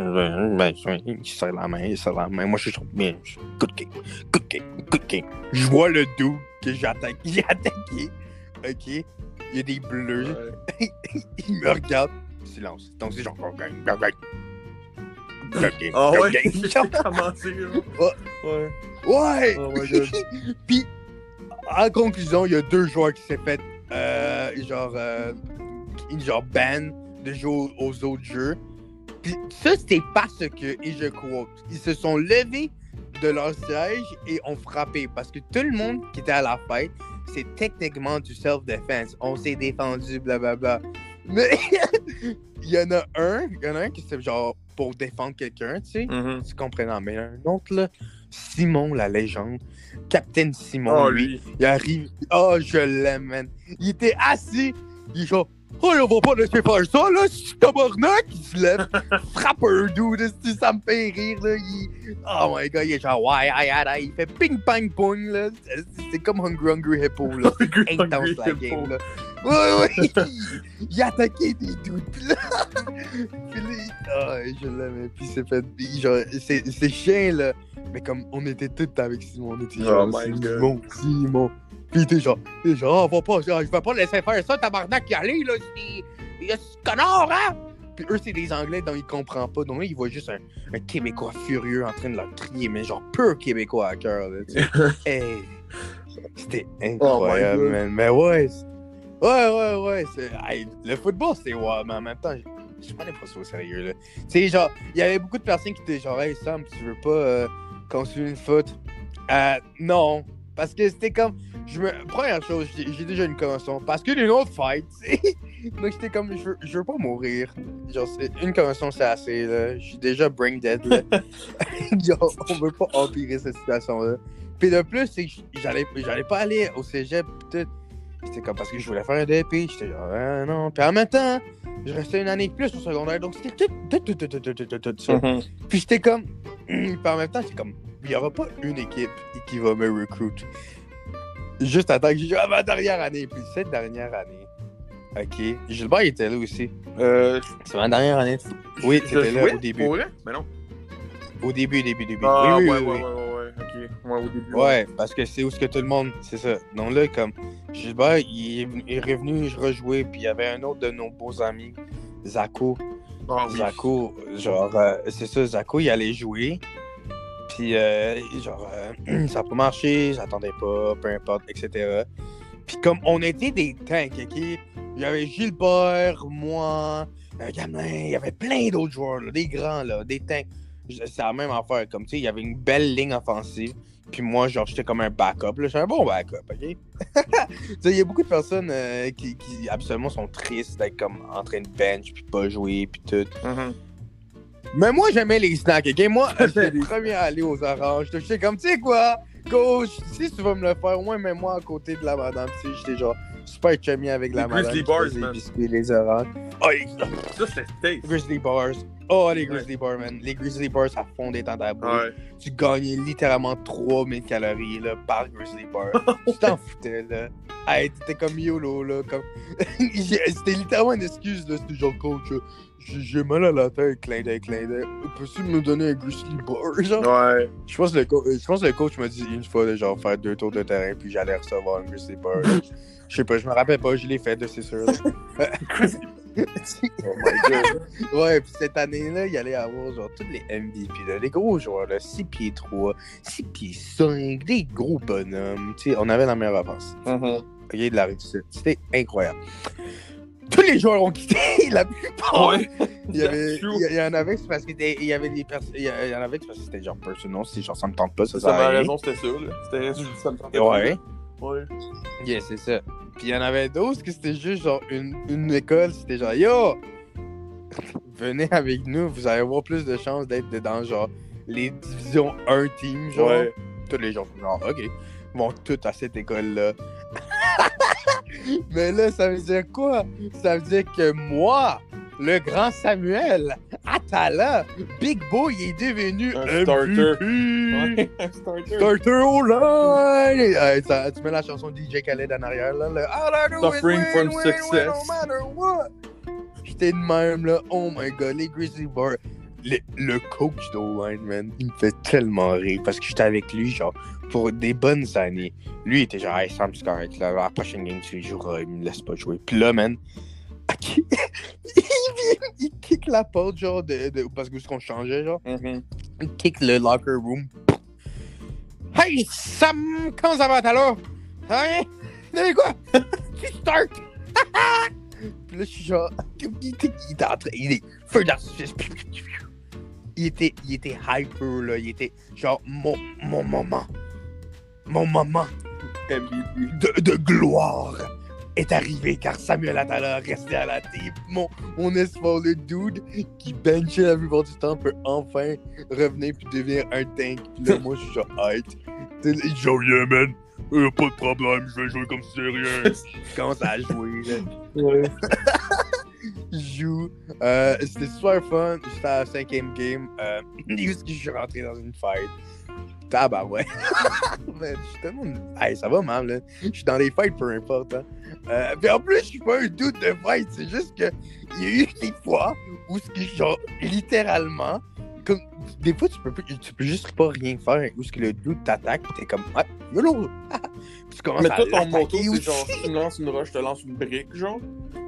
[SPEAKER 1] serre la main, il serre la main. Moi, je suis genre, bien, good game, good game, good game. Je vois le dude que j'ai attaqué, j'ai attaqué, ok? Il y a des bleus.
[SPEAKER 2] Ouais.
[SPEAKER 1] Il me regarde, silence. Donc, c'est genre, good game, good game. Good game,
[SPEAKER 2] Ah
[SPEAKER 1] good
[SPEAKER 2] ouais,
[SPEAKER 1] game.
[SPEAKER 2] j'ai commencé, là.
[SPEAKER 1] Ouais.
[SPEAKER 2] Ouais.
[SPEAKER 1] Ouais!
[SPEAKER 2] Oh my god.
[SPEAKER 1] Puis, en conclusion, il y a deux joueurs qui s'est fait, euh, genre, euh, genre, ban de jouer aux, aux autres jeux. Puis ça, c'était parce que, et je quote, ils se sont levés de leur siège et ont frappé. Parce que tout le monde qui était à la fête, c'est techniquement du self-defense. On s'est défendu, blablabla. Mais il y en a un, il y en a un qui c'est genre pour défendre quelqu'un, tu sais.
[SPEAKER 2] Mhm.
[SPEAKER 1] Tu comprends, mais un autre, là, Simon, la légende, Captain Simon,
[SPEAKER 2] Oh,
[SPEAKER 1] lui,
[SPEAKER 2] lui.
[SPEAKER 1] il arrive, oh, je l'aime, man. Il était assis, il est genre, oh, on va pas laisser faire ça, là, c'est tabarnak, il se lève, frappe un dude, esti, ça me fait rire, là, il... Oh my god, il est genre, ouais, aïe, aïe, aïe, il fait ping, pang, pong, là, c'est- c'est comme Hungry Hungry Hippo, là, c'est intense, la game, là. Ouais, ouais, il, il a attaqué des dudes, pis là, pis là, il- oh, je l'aimais, pis c'est fait, pis genre, c'est c'est chien, là, mais comme, on était tous avec Simon, on était
[SPEAKER 2] Oh
[SPEAKER 1] genre,
[SPEAKER 2] my God.
[SPEAKER 1] Simon, Simon, pis il était genre, il était genre, oh, va pas, je vais pas laisser faire ça, tabarnak, y aller, là, c'est il y a ce connard, hein, Puis eux, c'est des Anglais dont ils comprennent pas. Donc là, ils voient juste un, un Québécois furieux en train de leur crier, mais genre pur Québécois à cœur. Là, tu sais. Hey, c'était incroyable,
[SPEAKER 2] Oh
[SPEAKER 1] man. Mais ouais, ouais, ouais, ouais. C'est... Hey, le football, c'est ouais, mais en même temps, je, je prenais pas ça au sérieux. Là. Tu sais, genre, il y avait beaucoup de personnes qui étaient genre, hey Sam, tu veux pas euh, qu'on suive une foot? Euh, non. Parce que c'était comme. Je me... Première chose, j'ai, j'ai déjà une convention. Parce que une autre fight, tu sais. Donc j'étais comme, je veux, je veux pas mourir. Genre, c'est... une convention, c'est assez, là. Je suis déjà brain dead, là. Genre, on veut pas empirer cette situation-là. Puis de plus, c'est que j'allais, j'allais pas aller au cégep, peut-être. C'était comme parce que je voulais faire un D P. J'étais genre, ah non. Puis en même temps, je restais une année de plus au secondaire. Donc c'était tout, tout, tout, tout, tout, tout, tout, tout, tout ça.
[SPEAKER 2] Mm-hmm.
[SPEAKER 1] Puis j'étais comme. Puis en même temps, j'étais comme, il y aura pas une équipe qui va me recruit. Juste à temps que j'ai joué à ma dernière année. Puis cette dernière année, ok. Gilbert, il était là aussi.
[SPEAKER 2] Euh,
[SPEAKER 1] C'est ma dernière année. Oui,
[SPEAKER 2] je
[SPEAKER 1] c'était là
[SPEAKER 2] jouais
[SPEAKER 1] au début.
[SPEAKER 2] Pour vrai? Mais non.
[SPEAKER 1] Au début, début, début.
[SPEAKER 2] Ah,
[SPEAKER 1] oui, oui,
[SPEAKER 2] ouais,
[SPEAKER 1] oui,
[SPEAKER 2] ouais,
[SPEAKER 1] oui.
[SPEAKER 2] ouais, ouais, ouais, ok. Ouais, au début.
[SPEAKER 1] Ouais, parce que c'est où ce que tout le monde. C'est ça. Donc là, comme. Gilbert, il est, il est revenu rejouer. Puis il y avait un autre de nos beaux amis, Zako.
[SPEAKER 2] Ah, oui.
[SPEAKER 1] Zako, genre, euh, c'est ça, Zako, il allait jouer. Puis, euh, genre, euh, ça n'a pas marché, j'attendais pas, peu importe, et cetera. Puis, comme on était des tanks, ok? Il y avait Gilbert, moi, un gamin, il y avait plein d'autres joueurs, là, des grands, là, des tanks. C'est la même affaire, comme, tu sais, il y avait une belle ligne offensive. Puis moi, genre, j'étais comme un backup, là. J'étais un bon backup, ok? Tu sais, il y a beaucoup de personnes euh, qui, qui, absolument, sont tristes d'être comme en train de bench, puis pas jouer, puis tout.
[SPEAKER 2] Mm-hmm.
[SPEAKER 1] Mais moi, j'aimais les snacks, ok? Moi, j'étais le premier à aller aux oranges. J'étais comme, tu sais quoi? Coach, si tu vas me le faire, au moins, mets-moi à côté de la madame. Tu sais, j'étais genre super chummy avec la
[SPEAKER 2] Les
[SPEAKER 1] madame.
[SPEAKER 2] Grizzly Bars,
[SPEAKER 1] les
[SPEAKER 2] man.
[SPEAKER 1] biscuits, les oranges. Oh, les...
[SPEAKER 2] Ça, c'était taste.
[SPEAKER 1] Grizzly Bars. Oh, les
[SPEAKER 2] Ouais.
[SPEAKER 1] Grizzly Bars, man. Les Grizzly Bars, ça fondait dans ta bouche.
[SPEAKER 2] Ouais.
[SPEAKER 1] Tu gagnais littéralement trois mille calories, là, par Grizzly Bar. Tu t'en foutais, là. Hey, t'étais comme YOLO, là. Comme... C'était littéralement une excuse, là. C'était genre, coach, j'ai, j'ai mal à la tête, clin d'œil, clin d'œil. Peux-tu me donner un Grizzly Bar, genre?
[SPEAKER 2] Ouais.
[SPEAKER 1] Je pense que le, co- je pense que le coach m'a dit une fois de genre faire deux tours de terrain, puis j'allais recevoir un Grizzly Bar. Je sais pas, je me rappelle pas, je l'ai fait, là, c'est sûr.
[SPEAKER 2] Oh my god.
[SPEAKER 1] Ouais, puis cette année-là, il allait avoir genre tous les M V P, là, les gros joueurs, là, six pieds trois, six pieds cinq, des gros bonhommes. Tu sais, on avait la meilleure avance.
[SPEAKER 2] Mm-hmm.
[SPEAKER 1] Ok, de la réussite. C'était incroyable. Tous les joueurs ont quitté, la plupart.
[SPEAKER 2] Ouais.
[SPEAKER 1] Il y, avait, il, y, il y en avait, c'est parce qu'il il y avait des personnes. Il y en avait, c'est parce que c'était genre personnel, c'est genre ça me tente pas, ça
[SPEAKER 2] Ça, ma
[SPEAKER 1] sert à rien.
[SPEAKER 2] raison, c'était ça, là. C'était ça me tentait
[SPEAKER 1] Ouais.
[SPEAKER 2] pas. Ouais.
[SPEAKER 1] Yeah, c'est ça. Puis il y en avait d'autres que c'était juste genre une, une école, c'était genre yo! Venez avec nous, vous allez avoir plus de chances d'être dans genre les divisions un team, genre.
[SPEAKER 2] Ouais.
[SPEAKER 1] Tous les gens sont genre ok. Ils vont tous à cette école-là. Mais là, ça veut dire quoi? Ça veut dire que moi, le grand Samuel, Atala, Big Boy est devenu
[SPEAKER 2] Un
[SPEAKER 1] M V P.
[SPEAKER 2] starter. Ouais, un starter.
[SPEAKER 1] Starter au line! Hey, ça, tu mets la chanson de D J Khaled en arrière, là. Le, All I do is
[SPEAKER 2] Suffering
[SPEAKER 1] win,
[SPEAKER 2] from
[SPEAKER 1] win,
[SPEAKER 2] success.
[SPEAKER 1] win, no matter what. J'étais de même, là. Oh my god, les Grizzly Bars. Le, le coach d'O-line, man, il me fait tellement rire parce que j'étais avec lui, genre, pour des bonnes années. Lui, il était genre, hey, Sam, c'est correct, là, la prochaine game, tu les joueras, il me laisse pas jouer. Puis là, man, il vient, il kick la porte, genre, de, de, parce que ce qu'on changeait, genre.
[SPEAKER 2] Mm-hmm.
[SPEAKER 1] Il kick le locker room. Hey, Sam, comment ça va, t'as là? Ça va bien? T'as quoi? Tu start! Puis là, je suis genre, il était, il était en train, il est feu d'artifice. Il était, il était hyper, là. Il était genre, mon, mon moment, mon moment
[SPEAKER 2] M V P.
[SPEAKER 1] de, de gloire est arrivé car Samuel Atala restait à la team. Mon, mon espoir, le dude qui benchait la plupart du temps, peut enfin revenir puis devenir un tank. Puis là, moi, je suis genre, hype. Genre, yeah, man, euh, pas de problème, je vais jouer comme si c'est rien. Je commence à jouer, là.
[SPEAKER 2] Ouais.
[SPEAKER 1] Je joue. Euh, c'était super fun. J'étais à la cinquième game. Euh, je suis rentré dans une fight. Tabarouette. Man, je suis tellement... Hey, ça va mal, là. Je suis dans les fights, peu importe. Hein. Euh, puis en plus, je suis pas un doute de fight. C'est juste que il y a eu des fois où, ce que, genre, littéralement, comme, des fois, tu peux, tu peux juste pas rien faire. Où ce que le doute t'attaque, pis t'es comme, ah, yolo. Puis tu commences
[SPEAKER 2] Mais
[SPEAKER 1] à
[SPEAKER 2] toi, ton
[SPEAKER 1] l'attaquer
[SPEAKER 2] moto, c'est
[SPEAKER 1] aussi.
[SPEAKER 2] genre, si tu me lances une roche, je te lance une brique, genre.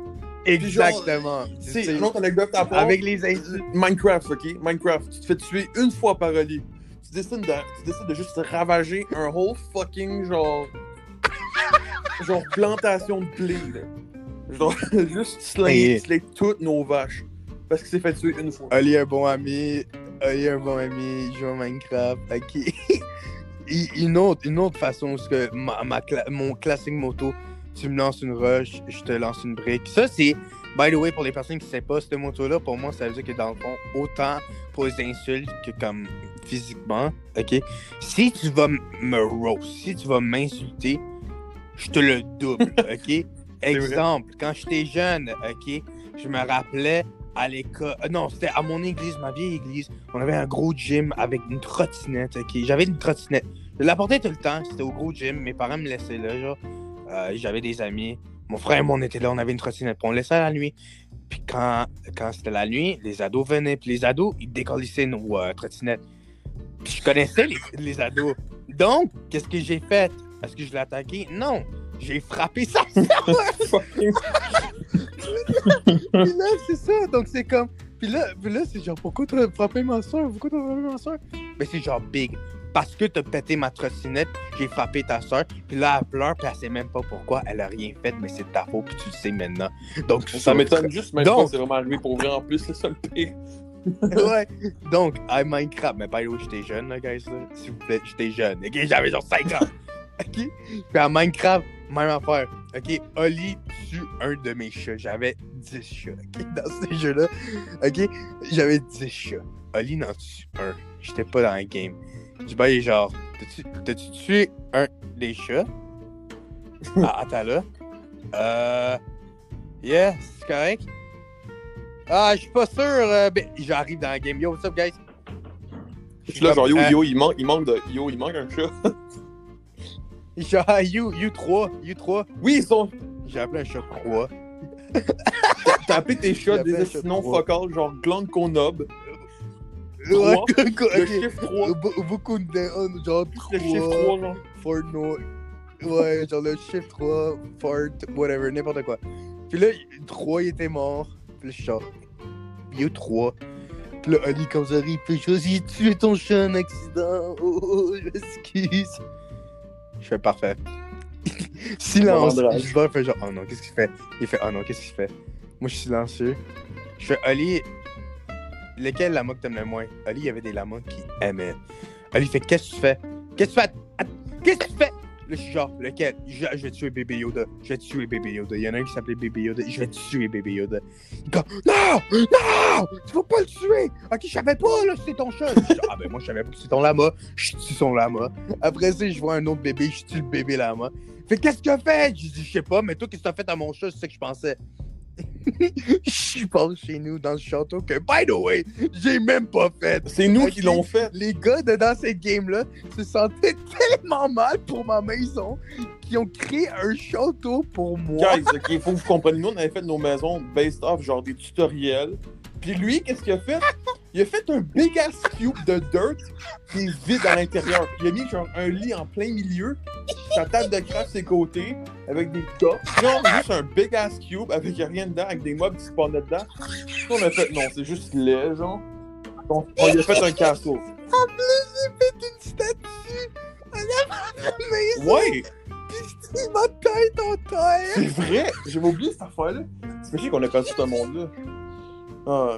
[SPEAKER 1] Exactement.
[SPEAKER 2] C'est une autre anecdote à part.
[SPEAKER 1] Avec les insultes.
[SPEAKER 2] Minecraft, ok? Minecraft, tu te fais tuer une fois par Oli. Tu décides de, tu décides de juste ravager un whole fucking genre. genre plantation de blé, là. Genre, juste slayer, slayer toutes nos vaches. Parce qu'il s'est fait tuer une fois.
[SPEAKER 1] Oli est un bon ami. Oli est un bon ami. Il joue à Minecraft. Ok. une, autre, une autre façon, c'est que ma, ma, mon classique moto, tu me lances une rush, je te lance une brique. Ça, c'est, by the way, pour les personnes qui ne savent pas, cette moto-là, pour moi, ça veut dire que dans le fond, autant pour les insultes que comme physiquement, ok? Si tu vas me roast, si tu vas m'insulter, je te le double, ok? Exemple, quand j'étais jeune, ok, je me rappelais à l'école, euh, non, c'était à mon église, ma vieille église, on avait un gros gym avec une trottinette, ok? J'avais une trottinette. Je la portais tout le temps, c'était au gros gym, mes parents me laissaient là, genre. Euh, j'avais des amis, mon frère et moi, on était là, on avait une trottinette, puis on laissait la nuit. Puis quand, quand c'était la nuit, les ados venaient, puis les ados, ils décollissaient nos euh, trottinettes. Puis je connaissais les, les ados. Donc, qu'est-ce que j'ai fait? Est-ce que je l'ai attaqué? Non! J'ai frappé sa sœur! Puis là, c'est ça. Donc, c'est comme... Puis là, puis là c'est genre, pourquoi t'as frappé ma soeur? Pourquoi t'as frappé ma soeur? Ben, c'est genre big. Parce que t'as pété ma trottinette, j'ai frappé ta soeur. Puis là, elle pleure, puis elle sait même pas pourquoi. Elle a rien fait, mais c'est ta faute, puis tu le sais maintenant. Donc,
[SPEAKER 2] ça, ça m'étonne juste, même Donc... pas c'est vraiment arrivé pour vrai en plus. C'est ça le pire.
[SPEAKER 1] Ouais. Donc, à Minecraft, mais by the way, j'étais jeune, là, guys, là. S'il vous plaît, j'étais jeune. Ok, j'avais genre cinq ans. Ok? Puis à Minecraft, même affaire. Ok? Oli tue un de mes chats. J'avais dix chats. Ok? Dans ces jeux-là. Ok? J'avais dix chats. Oli n'en tue un. J'étais pas dans le game. Du bail, genre, t'as-tu, t'as-tu tué un des chats? Ah, attends là. Euh. Yeah, c'est correct. Ah, je suis pas sûr. Euh, ben, j'arrive dans le game. Yo, what's up, guys?
[SPEAKER 2] Je suis là, genre, yo, euh... yo, il manque, il manque de. Yo, il manque un chat.
[SPEAKER 1] Genre, You, You trois, You trois.
[SPEAKER 2] Oui, ils sont.
[SPEAKER 1] J'ai appelé un chat croix.
[SPEAKER 2] T'as appelé tes chats des sinon fuck all, genre Glande Conob.
[SPEAKER 1] Ouais,
[SPEAKER 2] le chiffre trois.
[SPEAKER 1] Beaucoup de. Genre trois.
[SPEAKER 2] Le chiffre trois, genre.
[SPEAKER 1] Fort no. Ouais, genre le chiffre trois, Fort, whatever, n'importe quoi. Puis là, trois, il était mort. Puis le chat. You trois. Puis là, Ali, quand j'arrive, puis je dis, j'ai tué ton chat en accident. Oh, je m'excuse. Je fais parfait. Silence. Je vois, fait genre, oh non, qu'est-ce qu'il fait? Il fait, oh non, qu'est-ce qu'il fait? Moi, je suis silencieux. Je fais, Ali, lequel lama que t'aimes le moins? Ali, il y avait des lamas qui aimaient. Ali fait, qu'est-ce que tu fais? Qu'est-ce que tu fais? Qu'est-ce que tu fais? Là, je suis genre, lequel? Je, je vais tuer bébé Yoda. Je vais tuer bébé Yoda. Il y en a un qui s'appelait bébé Yoda. Je vais tuer bébé Yoda. Il dit, non! Non! Tu vas pas le tuer! Ok, je savais pas, là, c'est ton chat. Je dis, ah ben, moi, je savais pas que c'est ton lama. Je tue son lama. Après ça, je vois un autre bébé. Je tue le bébé lama. Fait, qu'est-ce qu'il a fait? Je dis, je sais pas, mais toi, qu'est-ce que t'as fait à mon chat? C'est ça que je pensais. Je suis pas chez nous dans le château que, by the way, j'ai même pas fait.
[SPEAKER 2] C'est nous okay. qui l'ont fait.
[SPEAKER 1] Les gars de dans cette game-là se sentaient tellement mal pour ma maison qu'ils ont créé un château pour moi.
[SPEAKER 2] Guys, ok, faut que vous compreniez, nous on avait fait nos maisons based off genre des tutoriels. Puis lui, qu'est-ce qu'il a fait? Il a fait un big ass cube de dirt qui est vide à l'intérieur. Il a mis genre un lit en plein milieu, sa table de craft ses côtés, avec des tops. Genre juste un big ass cube avec rien dedans, avec des mobs qui spawnaient dedans. Puis on a fait, non, c'est juste laid, genre. Donc, on lui a fait un castle.
[SPEAKER 1] En plus, j'ai fait une statue en avant de la maison.
[SPEAKER 2] Ouais!
[SPEAKER 1] Pis c'est ma tête en terre.
[SPEAKER 2] C'est vrai! J'avais oublié cette affaire-là. C'est chier qu'on a perdu ce monde-là. Ah.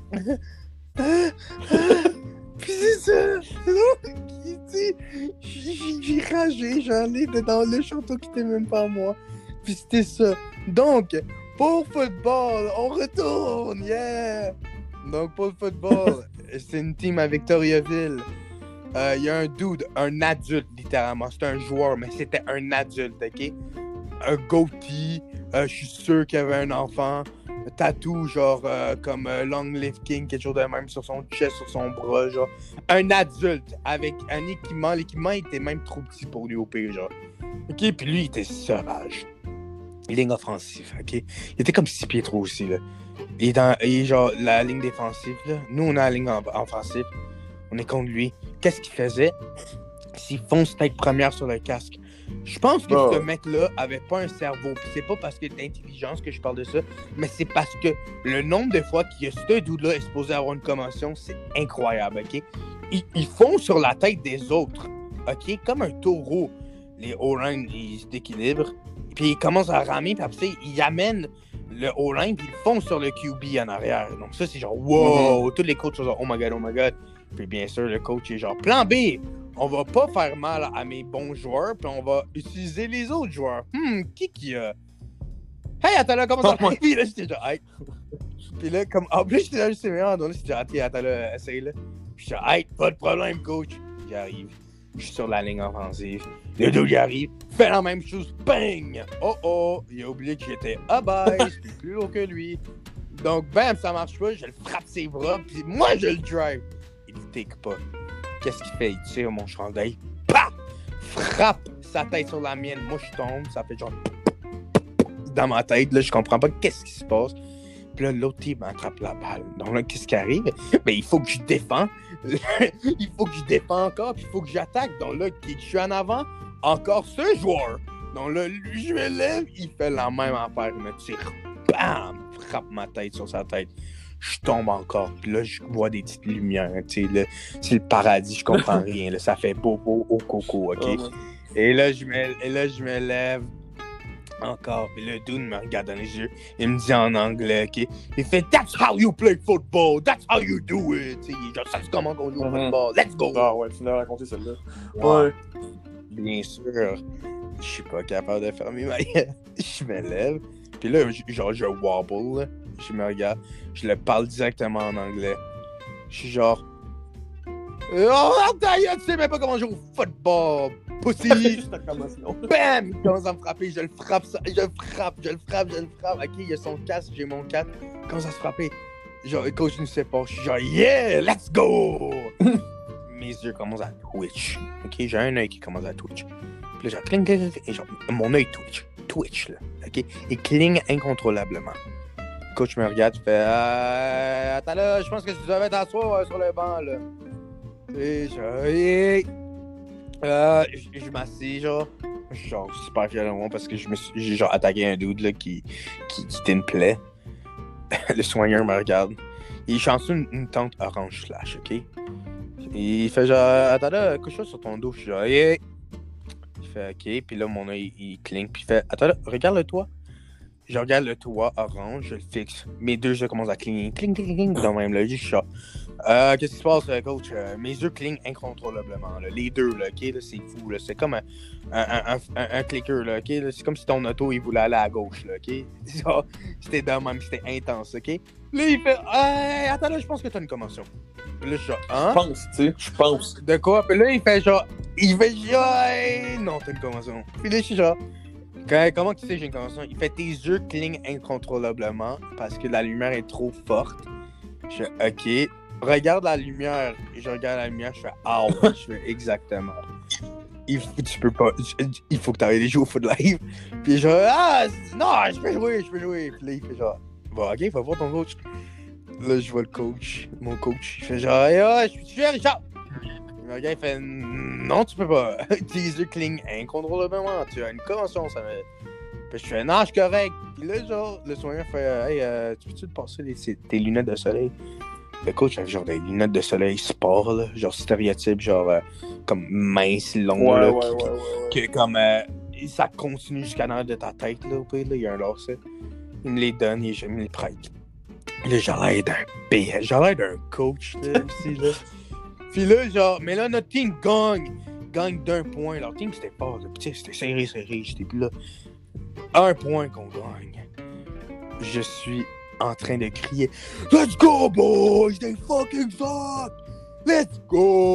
[SPEAKER 1] Pis c'est ça! Qui dit, j'ai ragé, j'allais dans le château qui était même pas à moi. Pis c'était ça. Donc, pour football, on retourne, yeah! Donc, pour le football, c'est une team à Victoriaville. Il euh, y a un dude, un adulte, littéralement. C'était un joueur, mais c'était un adulte, ok? Un goatee, euh, je suis sûr qu'il y avait un enfant. Un tatou, genre, euh, comme euh, Long Live King, quelque chose de même sur son chest, sur son bras, genre. Un adulte, avec un équipement. L'équipement était même trop petit pour lui, au pire, genre. Ok? Puis lui, il était sauvage. Ligne offensive, ok? Il était comme six pieds trop aussi, là. Il est dans, il est genre, la ligne défensive, là. Nous, on a la ligne en, offensive. On est contre lui. Qu'est-ce qu'il faisait? S'il fonce tête première sur le casque, Je pense que
[SPEAKER 2] Oh.
[SPEAKER 1] ce mec-là avait pas un cerveau. Puis c'est pas parce que d'intelligence que je parle de ça, mais c'est parce que le nombre de fois que ce dude-là est supposé avoir une commotion, c'est incroyable, OK? Ils, ils font sur la tête des autres, OK? Comme un taureau. Les O-line, ils se déquilibrent. Puis ils commencent à ramer, puis après, ils amènent le O-line, puis ils le font sur le Q B en arrière. Donc ça, c'est genre, wow! Mm-hmm. Tous les coachs sont genre, oh my god, oh my god. Puis bien sûr, le coach est genre, plan B! On va pas faire mal à mes bons joueurs, puis on va utiliser les autres joueurs. Hmm, qui qui a? Hey, attends là, comment ça va? Puis là, j'étais genre, hey. Puis là, comme, en plus, j'étais là, je sais bien, donc j'étais genre, attends, attends là, essaye là. Puis j'étais genre, hey, pas de problème, coach. J'arrive, je suis sur la ligne offensive. Le dos, il arrive, fait la même chose, bang! Oh oh, il a oublié que j'étais obèse, puis plus haut que lui. Donc, bam, ça marche pas, je le frappe ses bras, puis moi, je le drive. Il ne take pas. Qu'est-ce qu'il fait? Il tire mon chandail. Paf! Frappe sa tête sur la mienne. Moi, je tombe. Ça fait genre... dans ma tête. Là, je comprends pas qu'est-ce qui se passe. Puis là, l'autre type m'attrape la balle. Donc là, qu'est-ce qui arrive? Ben, il faut que je défends. Il faut que je défends encore. Puis il faut que j'attaque. Donc là, qui je suis en avant? Encore ce joueur. Donc là, lui, je me lève. Il fait la même affaire. Il me tire. Bam! Frappe ma tête sur sa tête. Je tombe encore, puis là, je vois des petites lumières, tu sais, là, c'est le paradis, je comprends rien, là, ça fait beau, beau, au coco, OK? Oh, et là, je me, et là, je me lève encore, puis le dude me regarde dans les yeux, il me dit en anglais, OK? Il fait « That's how you play football, that's how you do it! » Tu sais, genre, ça c'est comment qu'on joue au mm-hmm. football, let's go!
[SPEAKER 2] Ah ouais, tu l'as raconté celle-là.
[SPEAKER 1] Ouais. ouais. Bien sûr, je suis pas capable de fermer ma gueule. Je me lève, puis là, genre, je wobble, là. Je me regarde, je le parle directement en anglais. Je suis genre... Oh, d'ailleurs, tu sais même pas comment jouer au football, pussy! Bam! Il commence à me frapper, je le frappe, ça, je le frappe, je le frappe, je le frappe. Ok, il y a son casque, j'ai mon casque. Il commence à se frapper. Genre, le coach ne sait pas. Je suis genre, yeah, let's go! Mes yeux commencent à twitch. Ok, j'ai un œil qui commence à twitch. Puis là, genre, cling, cling, cling, et genre, mon œil twitch. Twitch, là. Ok? Il cligne incontrôlablement. Le coach me regarde, il fait euh, attends là, je pense que tu devais t'asseoir sur le banc là. Et je, euh, je, je m'assis genre, je suis genre super violent parce que je me suis, j'ai genre attaqué un dude là qui, qui, qui était une plaie. Le soigneur me regarde. Il est chanceux une, une tente orange slash, ok? Et il fait genre, attends là, couche-toi sur ton dos. Je suis genre, hey. Il fait ok, puis là mon œil il, il cligne, puis il fait, attends là, regarde le toit. Je regarde le toit orange, je le fixe. Mes deux yeux commencent à cligner. Cling, cling, cling. Dans même là, je suis genre, euh, qu'est-ce qui se passe, coach? Euh, mes yeux clignent incontrôlablement. Là. Les deux, là, ok? Là, c'est fou. Là. C'est comme un, un, un, un, un clicker, là, ok? Là, c'est comme si ton auto, il voulait aller à gauche, là, ok? Ça, c'était de même, c'était intense, ok? Là, il fait, hey, attends, là, je pense que t'as une commotion. Puis là, je suis genre, hein?
[SPEAKER 2] Je pense, tu sais, je pense.
[SPEAKER 1] De quoi? Puis là, il fait genre, il fait genre, hey, non, t'as une commotion. Puis là, je suis genre, comment tu sais que j'ai une commotion? Il fait tes yeux clignent incontrôlablement parce que la lumière est trop forte. Je fais OK. Regarde la lumière. Je regarde la lumière, je fais ah ouais, je fais exactement. Il faut, tu peux pas. Il faut que tu ailles les jouer au foot live. Puis genre ah non, je peux jouer, je peux jouer. Puis là, il fait genre bon, OK, va voir ton coach. Là, je vois le coach, mon coach. Il fait genre ah, je suis Richard. Le gars, il fait non, tu peux pas. Tes yeux clignent incontrôlablement. Tu as une commotion, ça me. Puis je fais non, je suis correct. Puis là, genre, le soigneur fait hey, euh, tu peux-tu te passer les, tes lunettes de soleil? Le coach avait genre des lunettes de soleil sport, là, genre stéréotype, genre euh, comme mince, long,
[SPEAKER 2] ouais,
[SPEAKER 1] là,
[SPEAKER 2] ouais,
[SPEAKER 1] qui,
[SPEAKER 2] ouais, ouais,
[SPEAKER 1] qui, qui comme euh, ça continue jusqu'à l'heure de ta tête, là, au pire, là, il y a un lacet. Il me les donne et je me les prête. Là, j'ai l'air d'un B S, j'ai l'air d'un coach, là, aussi, là. Puis là, genre, mais là, notre team gagne, gagne d'un point. Leur team, c'était pas, là, pis c'était serré, serré, j'étais plus là. Un point qu'on gagne. Je suis en train de crier « Let's go, boys! They fucking suck! Let's go! »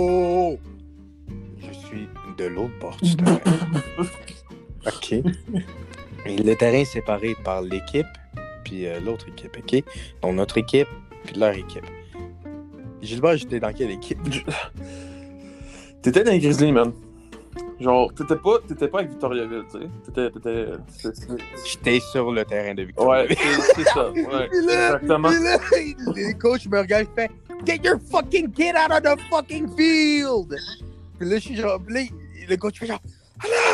[SPEAKER 1] Je suis de l'autre bord du terrain. OK. Et le terrain est séparé par l'équipe puis euh, l'autre équipe, OK? Donc, notre équipe puis leur équipe. Gilbert, j'étais dans quelle équipe?
[SPEAKER 2] T'étais dans les Grizzlies, man. Genre, t'étais pas, t'étais pas avec Victoriaville, tu sais. T'étais, t'étais...
[SPEAKER 1] J'étais sur le terrain de Victoriaville.
[SPEAKER 2] Ouais, c'est, c'est ça. Ouais,
[SPEAKER 1] là,
[SPEAKER 2] exactement.
[SPEAKER 1] Là, les coachs me regardent et fait « Get your fucking kid out of the fucking field! » Puis là, je suis genre... Là, le coach fait genre « Allah!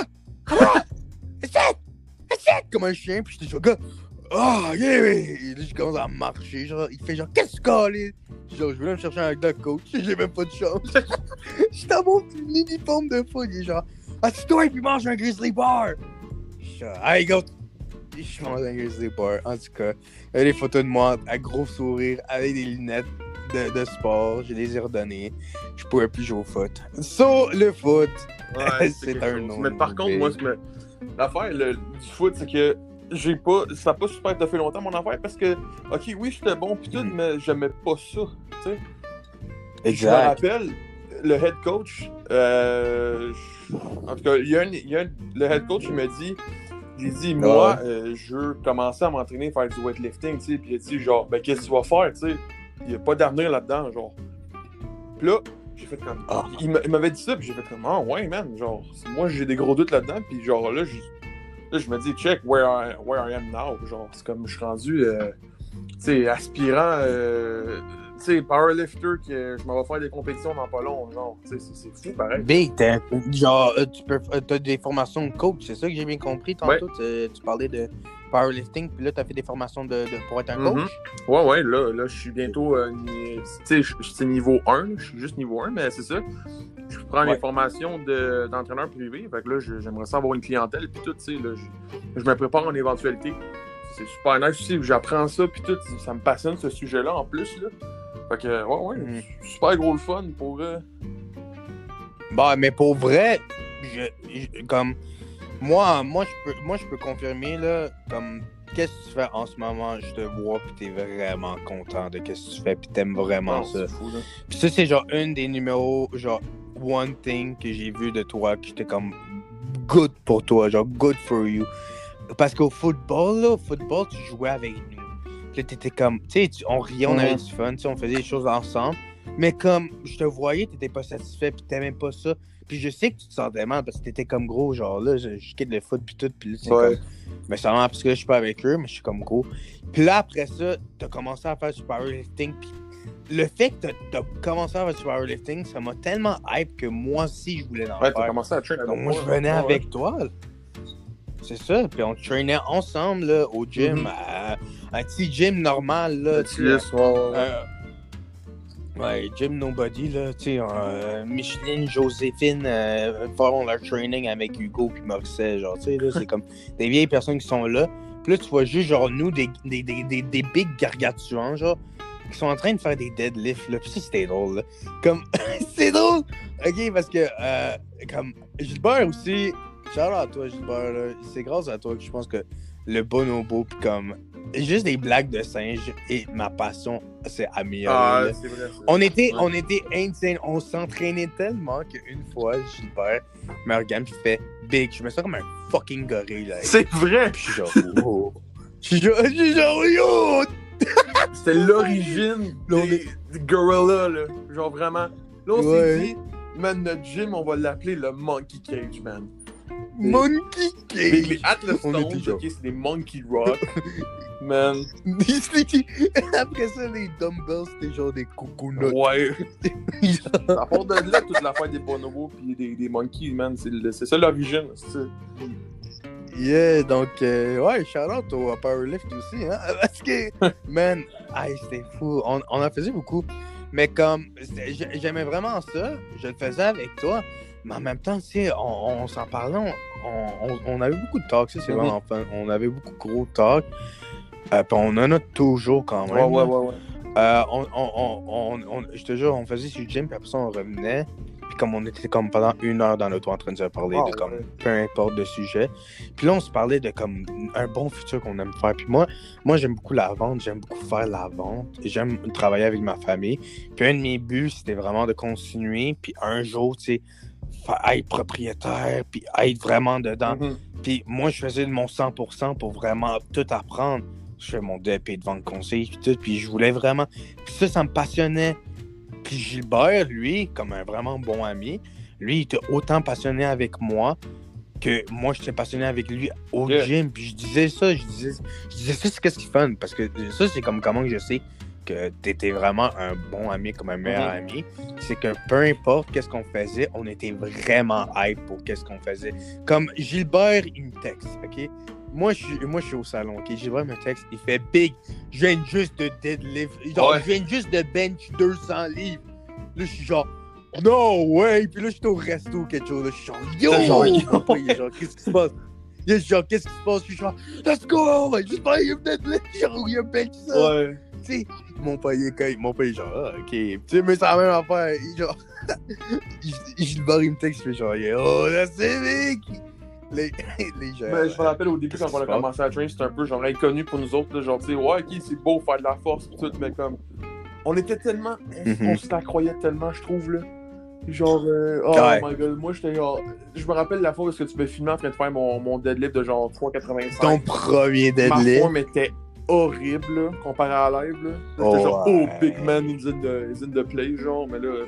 [SPEAKER 1] Come on! That's it! That's it! Comme un chien, puis j'étais genre, gars, ah, oh, yeah! Et là, je commence à marcher, genre, il fait genre, qu'est-ce que tu calais? Genre, je voulais me chercher un dog coach, j'ai même pas de chance. J'étais à mon uniforme de foot, il est genre, assis-toi et puis mange un grizzly bar! Je suis genre, allez, go! Je mange un grizzly bar, en tout cas. Il y a des photos de moi, à gros sourire, avec des lunettes de, de sport, je les ai redonnées. Je pouvais plus jouer au foot. So, le foot,
[SPEAKER 2] Ouais,
[SPEAKER 1] c'est,
[SPEAKER 2] c'est
[SPEAKER 1] un
[SPEAKER 2] chose.
[SPEAKER 1] nom.
[SPEAKER 2] Mais par contre, moi, ce que- l'affaire le, du foot, c'est que j'ai pas. Ça n'a pas super fait longtemps mon affaire parce que, ok, oui, j'étais bon pis tout,
[SPEAKER 1] Mm.
[SPEAKER 2] mais j'aimais pas ça. Tu sais. Je me
[SPEAKER 1] Exact.
[SPEAKER 2] rappelle, le head coach, euh, je- en tout cas, il y a un, il y a un- le head coach, il m'a dit, j'ai dit, moi,
[SPEAKER 1] Ouais.
[SPEAKER 2] euh, je veux commencer à m'entraîner, faire du weightlifting, tu sais, puis il a dit, genre, ben, qu'est-ce que tu vas faire, tu sais, il n'y a pas d'avenir là-dedans, genre. Puis là, j'ai fait comme,
[SPEAKER 1] Ah.
[SPEAKER 2] il m'a- il m'avait dit ça, puis j'ai fait comme, ah, ouais, man, genre, moi, j'ai des gros doutes là-dedans, puis genre, là, je, là, je me dis, check, where I, where I am now, genre, c'est comme, je suis rendu, euh, tu sais, aspirant, euh, tu sais, powerlifter, que je m'en vais faire des compétitions dans pas long, genre, tu sais, c'est, c'est fou, pareil.
[SPEAKER 1] Big, t'as, genre, euh, tu peux, euh, t'as des formations de coach, c'est ça que j'ai bien compris tantôt. Tu, tu parlais de powerlifting, puis là, t'as fait des formations de, de, pour être un coach.
[SPEAKER 2] Mhm. Ouais, ouais, là, là, je suis bientôt, euh, ni- tu sais, je- je- c'est niveau un, là, je suis juste niveau un, mais c'est ça. Je prends
[SPEAKER 1] Ouais.
[SPEAKER 2] les formations de, d'entraîneur privé, fait que là, je- j'aimerais ça avoir une clientèle, puis tout, tu sais, là, je, je me prépare en éventualité. C'est super nice aussi, j'apprends ça, puis tout, ça me passionne ce sujet-là en plus, là. Fait que, ouais, ouais,
[SPEAKER 1] Mhm.
[SPEAKER 2] super gros le fun pour. Euh...
[SPEAKER 1] Bah, mais pour vrai, je, je- comme, moi, moi, je peux, moi, je peux confirmer, là, comme, qu'est-ce que tu fais en ce moment, je te vois, puis t'es vraiment content de qu'est-ce que tu fais, puis t'aimes vraiment
[SPEAKER 2] non,
[SPEAKER 1] ça.
[SPEAKER 2] c'est fou, là.
[SPEAKER 1] Puis ça, c'est genre une des numéros, genre, one thing que j'ai vu de toi, que j'étais comme, good pour toi, genre, good for you. Parce qu'au football, là, au football, tu jouais avec nous. Puis là, t'étais comme, tu sais, tu- on riait, on avait
[SPEAKER 2] Mhm.
[SPEAKER 1] du fun, tu sais, on faisait des choses ensemble. Mais comme, je te voyais, t'étais pas satisfait, puis t'aimais pas ça. Puis je sais que tu te sentais mal, parce que t'étais comme gros, genre, là, je, je quitte le foot, puis tout, puis là, c'est
[SPEAKER 2] Ouais.
[SPEAKER 1] comme, mais ça va, parce que là, je suis pas avec eux, mais je suis comme gros. Puis là, après ça, t'as commencé à faire du powerlifting, puis le fait que t'as, t'as commencé à faire du powerlifting, ça m'a tellement hype que moi aussi, je voulais en
[SPEAKER 2] Ouais, t'as
[SPEAKER 1] faire.
[SPEAKER 2] commencé à train avec
[SPEAKER 1] Donc moi, je
[SPEAKER 2] moi,
[SPEAKER 1] venais
[SPEAKER 2] ouais.
[SPEAKER 1] avec toi. là. C'est ça, puis on traînait ensemble là, au gym,
[SPEAKER 2] Mhm.
[SPEAKER 1] à, à un petit gym normal, là,
[SPEAKER 2] Le
[SPEAKER 1] tu sais,
[SPEAKER 2] T S, ouais, ouais, ouais.
[SPEAKER 1] euh, ouais, gym nobody, là, tu sais, euh, Micheline, Joséphine euh, font leur training avec Hugo puis Morissette, genre, tu sais, là, c'est comme des vieilles personnes qui sont là, puis là, tu vois juste, genre, nous, des, des, des, des, des big gargantuans, genre, qui sont en train de faire des deadlifts, là, puis ça, c'était drôle, là, comme, c'est drôle, ok, parce que, euh, comme, Gilbert aussi, shout out à toi, Gilbert, là. C'est grâce à toi que je pense que le bonobo, pis comme, juste des blagues de singe et ma passion s'est améliorée.
[SPEAKER 2] Ah,
[SPEAKER 1] là.
[SPEAKER 2] c'est vrai. c'est
[SPEAKER 1] On
[SPEAKER 2] vrai.
[SPEAKER 1] était,
[SPEAKER 2] Ouais.
[SPEAKER 1] on était insane, on s'entraînait tellement qu'une fois, Gilbert me regarde pis fait big, je me sens comme un fucking gorille, là.
[SPEAKER 2] C'est vrai!
[SPEAKER 1] Pis je suis genre, oh. Je suis genre, je suis genre, yo!
[SPEAKER 2] C'était l'origine
[SPEAKER 1] Là, on
[SPEAKER 2] des, des gorillas, là. Genre vraiment. Là, on
[SPEAKER 1] Ouais.
[SPEAKER 2] s'est dit, man, notre gym, on va l'appeler le Monkey Cage, man.
[SPEAKER 1] Monkey
[SPEAKER 2] Les,
[SPEAKER 1] Cage!
[SPEAKER 2] les Atlas
[SPEAKER 1] On était
[SPEAKER 2] Stones,
[SPEAKER 1] genre-
[SPEAKER 2] ok, c'est des Monkey Rock. Man.
[SPEAKER 1] Après ça, les dumbbells, c'était genre des coconuts.
[SPEAKER 2] Ouais. À part de là, toute l'affaire des bonobos pis des, des monkeys, man, c'est, le- c'est ça l'origine. C'est...
[SPEAKER 1] Yeah, donc, euh, ouais, shout-out au Powerlift aussi, hein, parce que, man, aïe, c'était fou, on, on en faisait beaucoup, mais comme, c'était- j'ai- j'aimais vraiment ça, je le faisais avec toi, mais en même temps, tu sais, on, on s'en parlait, on, on, on avait beaucoup de talk, ça, c'est
[SPEAKER 2] Mhm.
[SPEAKER 1] vraiment fun, on avait beaucoup de gros talk, euh, puis on en a toujours quand même,
[SPEAKER 2] Ouais, ouais,
[SPEAKER 1] là.
[SPEAKER 2] ouais, ouais.
[SPEAKER 1] Euh, on, on, on, on, on- je te jure, on faisait sur le gym, puis après ça, on revenait. Puis comme on était comme pendant une heure dans l'auto en train de se parler
[SPEAKER 2] Ah,
[SPEAKER 1] de comme
[SPEAKER 2] ouais.
[SPEAKER 1] peu importe de sujet. Puis là, on se parlait de comme un bon futur qu'on aime faire. Puis moi, moi j'aime beaucoup la vente, j'aime beaucoup faire la vente. J'aime travailler avec ma famille. Puis un de mes buts, c'était vraiment de continuer. Puis un jour, tu sais, fa- être propriétaire, puis être vraiment dedans.
[SPEAKER 2] Mhm.
[SPEAKER 1] Puis moi, je faisais de mon cent pour cent pour vraiment tout apprendre. Je fais mon D P de vente conseil, puis tout, puis je voulais vraiment... Puis ça, ça me passionnait. Puis Gilbert, lui, comme un vraiment bon ami, lui, il était autant passionné avec moi que moi, j'étais passionné avec lui au
[SPEAKER 2] Yeah.
[SPEAKER 1] gym. Puis je disais ça, je disais, je disais ça, c'est qu'est-ce qui est fun, parce que ça, c'est comme comment que je sais que t'étais vraiment un bon ami comme un meilleur
[SPEAKER 2] Mm-hmm.
[SPEAKER 1] ami, c'est que peu importe qu'est-ce qu'on faisait, on était vraiment hype pour qu'est-ce qu'on faisait. Comme Gilbert, il me texte, OK? Moi, je suis, moi, je suis au salon, OK? Gilbert me texte, il fait « Big, je viens juste de deadlift, genre,
[SPEAKER 2] Ouais.
[SPEAKER 1] je viens juste de bench deux cents livres. » Là, je suis genre « No way! » Puis là, je suis au resto ou quelque chose, là, je suis genre « Yo! »
[SPEAKER 2] T'es genre, yo.
[SPEAKER 1] Mon père, il est genre « Qu'est-ce qui se passe? » Il est genre « Qu'est-ce qui se passe? » Je suis genre « Let's go! J'espère qu'il y a deadlift, genre, il y a bench ça. »
[SPEAKER 2] Ouais.
[SPEAKER 1] Tu sais, mon père, il est, quand- mon père, il est genre, ah, ok. Tu sais, mais c'est la même affaire. Il, genre, Gilbert, il me texte, il fait genre, oh, là, c'est mec! Les, les gens.
[SPEAKER 2] Mais je me rappelle au début,
[SPEAKER 1] Qu'est-ce
[SPEAKER 2] quand
[SPEAKER 1] qui
[SPEAKER 2] on a
[SPEAKER 1] se passe?
[SPEAKER 2] commencé à train, c'était un peu genre inconnu pour nous autres. Là, genre, tu sais, ouais, ok, c'est beau faire de la force et tout, mais comme. On était tellement. On,
[SPEAKER 1] Mhm.
[SPEAKER 2] on se la croyait tellement, je trouve, là. Genre, euh, oh
[SPEAKER 1] Ouais.
[SPEAKER 2] my god, moi j'étais genre. Je me rappelle la fois où est-ce que tu m'as filmé en train de faire mon, mon deadlift de genre trois quatre-vingt-cinq.
[SPEAKER 1] Ton premier
[SPEAKER 2] Ma
[SPEAKER 1] deadlift.
[SPEAKER 2] forme était horrible, là, comparé à la live, là. Là,
[SPEAKER 1] Oh,
[SPEAKER 2] J'étais genre,
[SPEAKER 1] ouais.
[SPEAKER 2] oh, big man, is in the, is in the play, genre, mais là.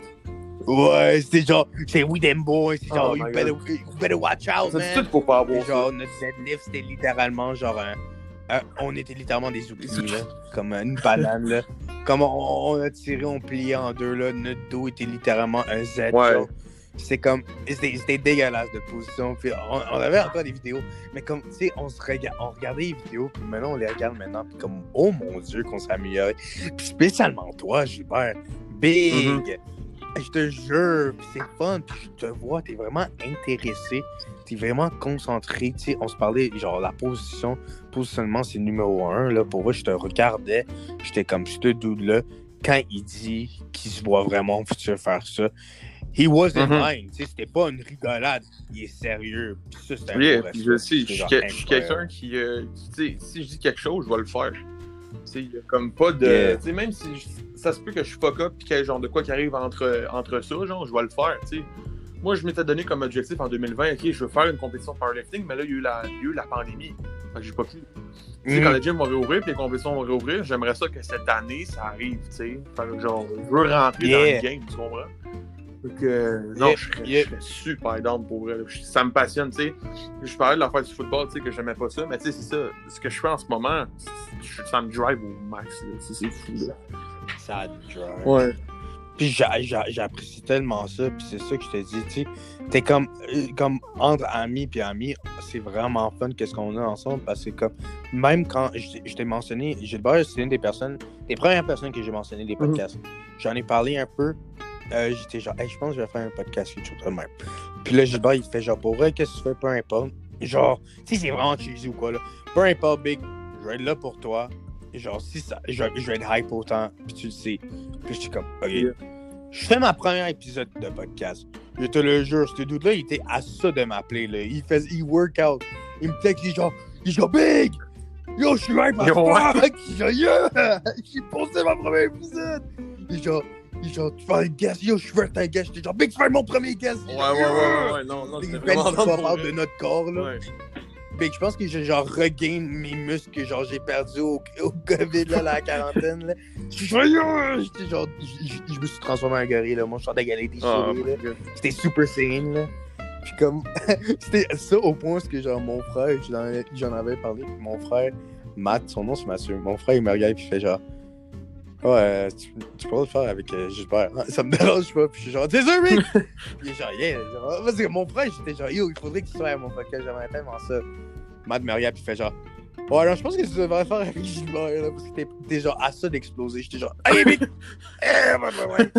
[SPEAKER 1] Ouais, c'était genre, c'est we them boys, c'est genre,
[SPEAKER 2] Oh
[SPEAKER 1] you
[SPEAKER 2] my
[SPEAKER 1] better,
[SPEAKER 2] God.
[SPEAKER 1] you better watch out,
[SPEAKER 2] C'est
[SPEAKER 1] man.
[SPEAKER 2] tout pour pas
[SPEAKER 1] Et
[SPEAKER 2] avoir ça.
[SPEAKER 1] genre, notre deadlift, c'était littéralement genre un. un- on était littéralement des zucchini, là. Comme une banane, là. Comme on, on a tiré, on pliait en deux, là. Notre dos était littéralement un Z,
[SPEAKER 2] Ouais.
[SPEAKER 1] genre. C'est comme. C'était, c'était dégueulasse de position. Puis on, on avait encore des vidéos. Mais comme, tu sais, on, se rega- on regardait les vidéos. Puis maintenant, on les regarde maintenant. Puis comme, oh mon Dieu, qu'on s'est amélioré. Puis spécialement toi, Gilbert. Big.
[SPEAKER 2] Mm-hmm.
[SPEAKER 1] Je te jure, pis c'est fun, pis je te vois, t'es vraiment intéressé, t'es vraiment concentré, tu sais, on se parlait, genre, la position, positionnement, c'est numéro un, là, pour vrai, je te regardais, j'étais comme, ce dude-là, quand il dit qu'il se voit vraiment au futur faire ça, he wasn't
[SPEAKER 2] Mhm.
[SPEAKER 1] lying, tu sais, c'était pas une rigolade, il est sérieux, pis ça, c'était un
[SPEAKER 2] Yeah,
[SPEAKER 1] beau
[SPEAKER 2] puis je
[SPEAKER 1] respect,
[SPEAKER 2] sais, je
[SPEAKER 1] c'était
[SPEAKER 2] suis
[SPEAKER 1] genre
[SPEAKER 2] que- je suis quelqu'un
[SPEAKER 1] incroyable.
[SPEAKER 2] qui, euh, qui, tu sais, si je dis quelque chose, je vais le faire. Tu sais, il y a comme pas de.
[SPEAKER 1] Yeah.
[SPEAKER 2] Tu sais, même si je- ça se peut que je fuck up, puis qu'il y ait genre de quoi qui arrive entre, entre ça, genre, je vais le faire, tu sais. Moi, je m'étais donné comme objectif en deux mille vingt, ok, je veux faire une compétition de powerlifting, mais là, il y a eu la, il y a eu la pandémie. Fait que j'ai pas pu. Tu sais,
[SPEAKER 1] Mm.
[SPEAKER 2] quand les gyms vont réouvrir, puis les compétitions vont réouvrir, j'aimerais ça que cette année, ça arrive, tu sais. Fait que genre, je veux rentrer
[SPEAKER 1] Yeah.
[SPEAKER 2] dans le game, tu comprends? Donc, euh, non,
[SPEAKER 1] Yeah,
[SPEAKER 2] je serais,
[SPEAKER 1] yeah.
[SPEAKER 2] je serais super down pour vrai. là. Je- Ça me passionne, tu sais. Je parlais de l'affaire du football, tu sais, que j'aimais pas ça, mais tu sais, c'est ça. Ce que je fais en ce moment, c'est- ça me drive au max, là. C'est c'est fou, là.
[SPEAKER 1] Ça drive.
[SPEAKER 2] Ouais.
[SPEAKER 1] Puis j'a- j'a- j'apprécie tellement ça, puis c'est ça que je te dis, tu sais, t'es comme, euh, comme entre amis puis amis, c'est vraiment fun qu'est-ce qu'on a ensemble, parce que comme, même quand je, je t'ai mentionné, Gilbert, c'est une des personnes, des premières personnes que j'ai mentionné des podcasts. J'en ai parlé un peu, euh, j'étais genre, hey, je pense que je vais faire un podcast, quelque chose de même. Puis là, Gilbert, il fait genre, pour vrai, qu'est-ce que tu fais, peu importe. Genre, tu sais, c'est vraiment cheesy ou quoi, là. Peu importe, Big, je vais être là pour toi. Genre, si ça, je, je vais être hype autant, puis tu le sais. Puis je suis comme, ok.
[SPEAKER 2] Yeah.
[SPEAKER 1] Je fais ma première épisode de podcast. Je te le jure, ce dude-là, il était à ça de m'appeler, là. Il fait, il workout. Il me texte, il est genre, il est genre, Big! Yo, je suis hype à
[SPEAKER 2] Yo,
[SPEAKER 1] fuck! Il est genre, yeah! J'ai posté mon premier épisode! Il est genre, il est genre, tu fais un guest, yo, je veux être un guest. J'étais genre, Big, tu fais mon premier guest!
[SPEAKER 2] Ouais, ouais, ouais, ouais, ouais, non, non,
[SPEAKER 1] Big,
[SPEAKER 2] c'était
[SPEAKER 1] Ben,
[SPEAKER 2] vraiment
[SPEAKER 1] tu
[SPEAKER 2] down
[SPEAKER 1] vas
[SPEAKER 2] pour
[SPEAKER 1] parler
[SPEAKER 2] vrai.
[SPEAKER 1] de notre corps, là.
[SPEAKER 2] Ouais.
[SPEAKER 1] Big, je pense que j'ai genre regain mes muscles que genre j'ai perdu au, au COVID, là, la quarantaine, là. Je suis genre, yo! J'étais genre, je- je je me suis transformé en gorille, là. Mon short de galette des
[SPEAKER 2] Oh,
[SPEAKER 1] souris,
[SPEAKER 2] my
[SPEAKER 1] là.
[SPEAKER 2] God.
[SPEAKER 1] C'était super saiyan, là. Puis comme, c'était ça au point où que genre mon frère, j'en j'en avais parlé, puis mon frère, Matt, son nom c'est Mathieu, mon frère il me regarde puis il fait genre, ouais, euh, tu, tu pourras le faire avec euh, Gilbert, hein? Ça me dérange pas, puis je suis genre, t'es sûr, mec? Puis il est genre, yeah, genre, parce que mon frère, j'étais genre, yo, il faudrait que tu sois à mon podcast, j'aimerais tellement ça. Matt me regarde puis il fait genre, ouais, alors je pense que tu devrais le faire avec Gilbert, là, parce que t'es, t'es genre à ça d'exploser. J'étais genre, hey, mec! Eh, ouais, ouais, ouais.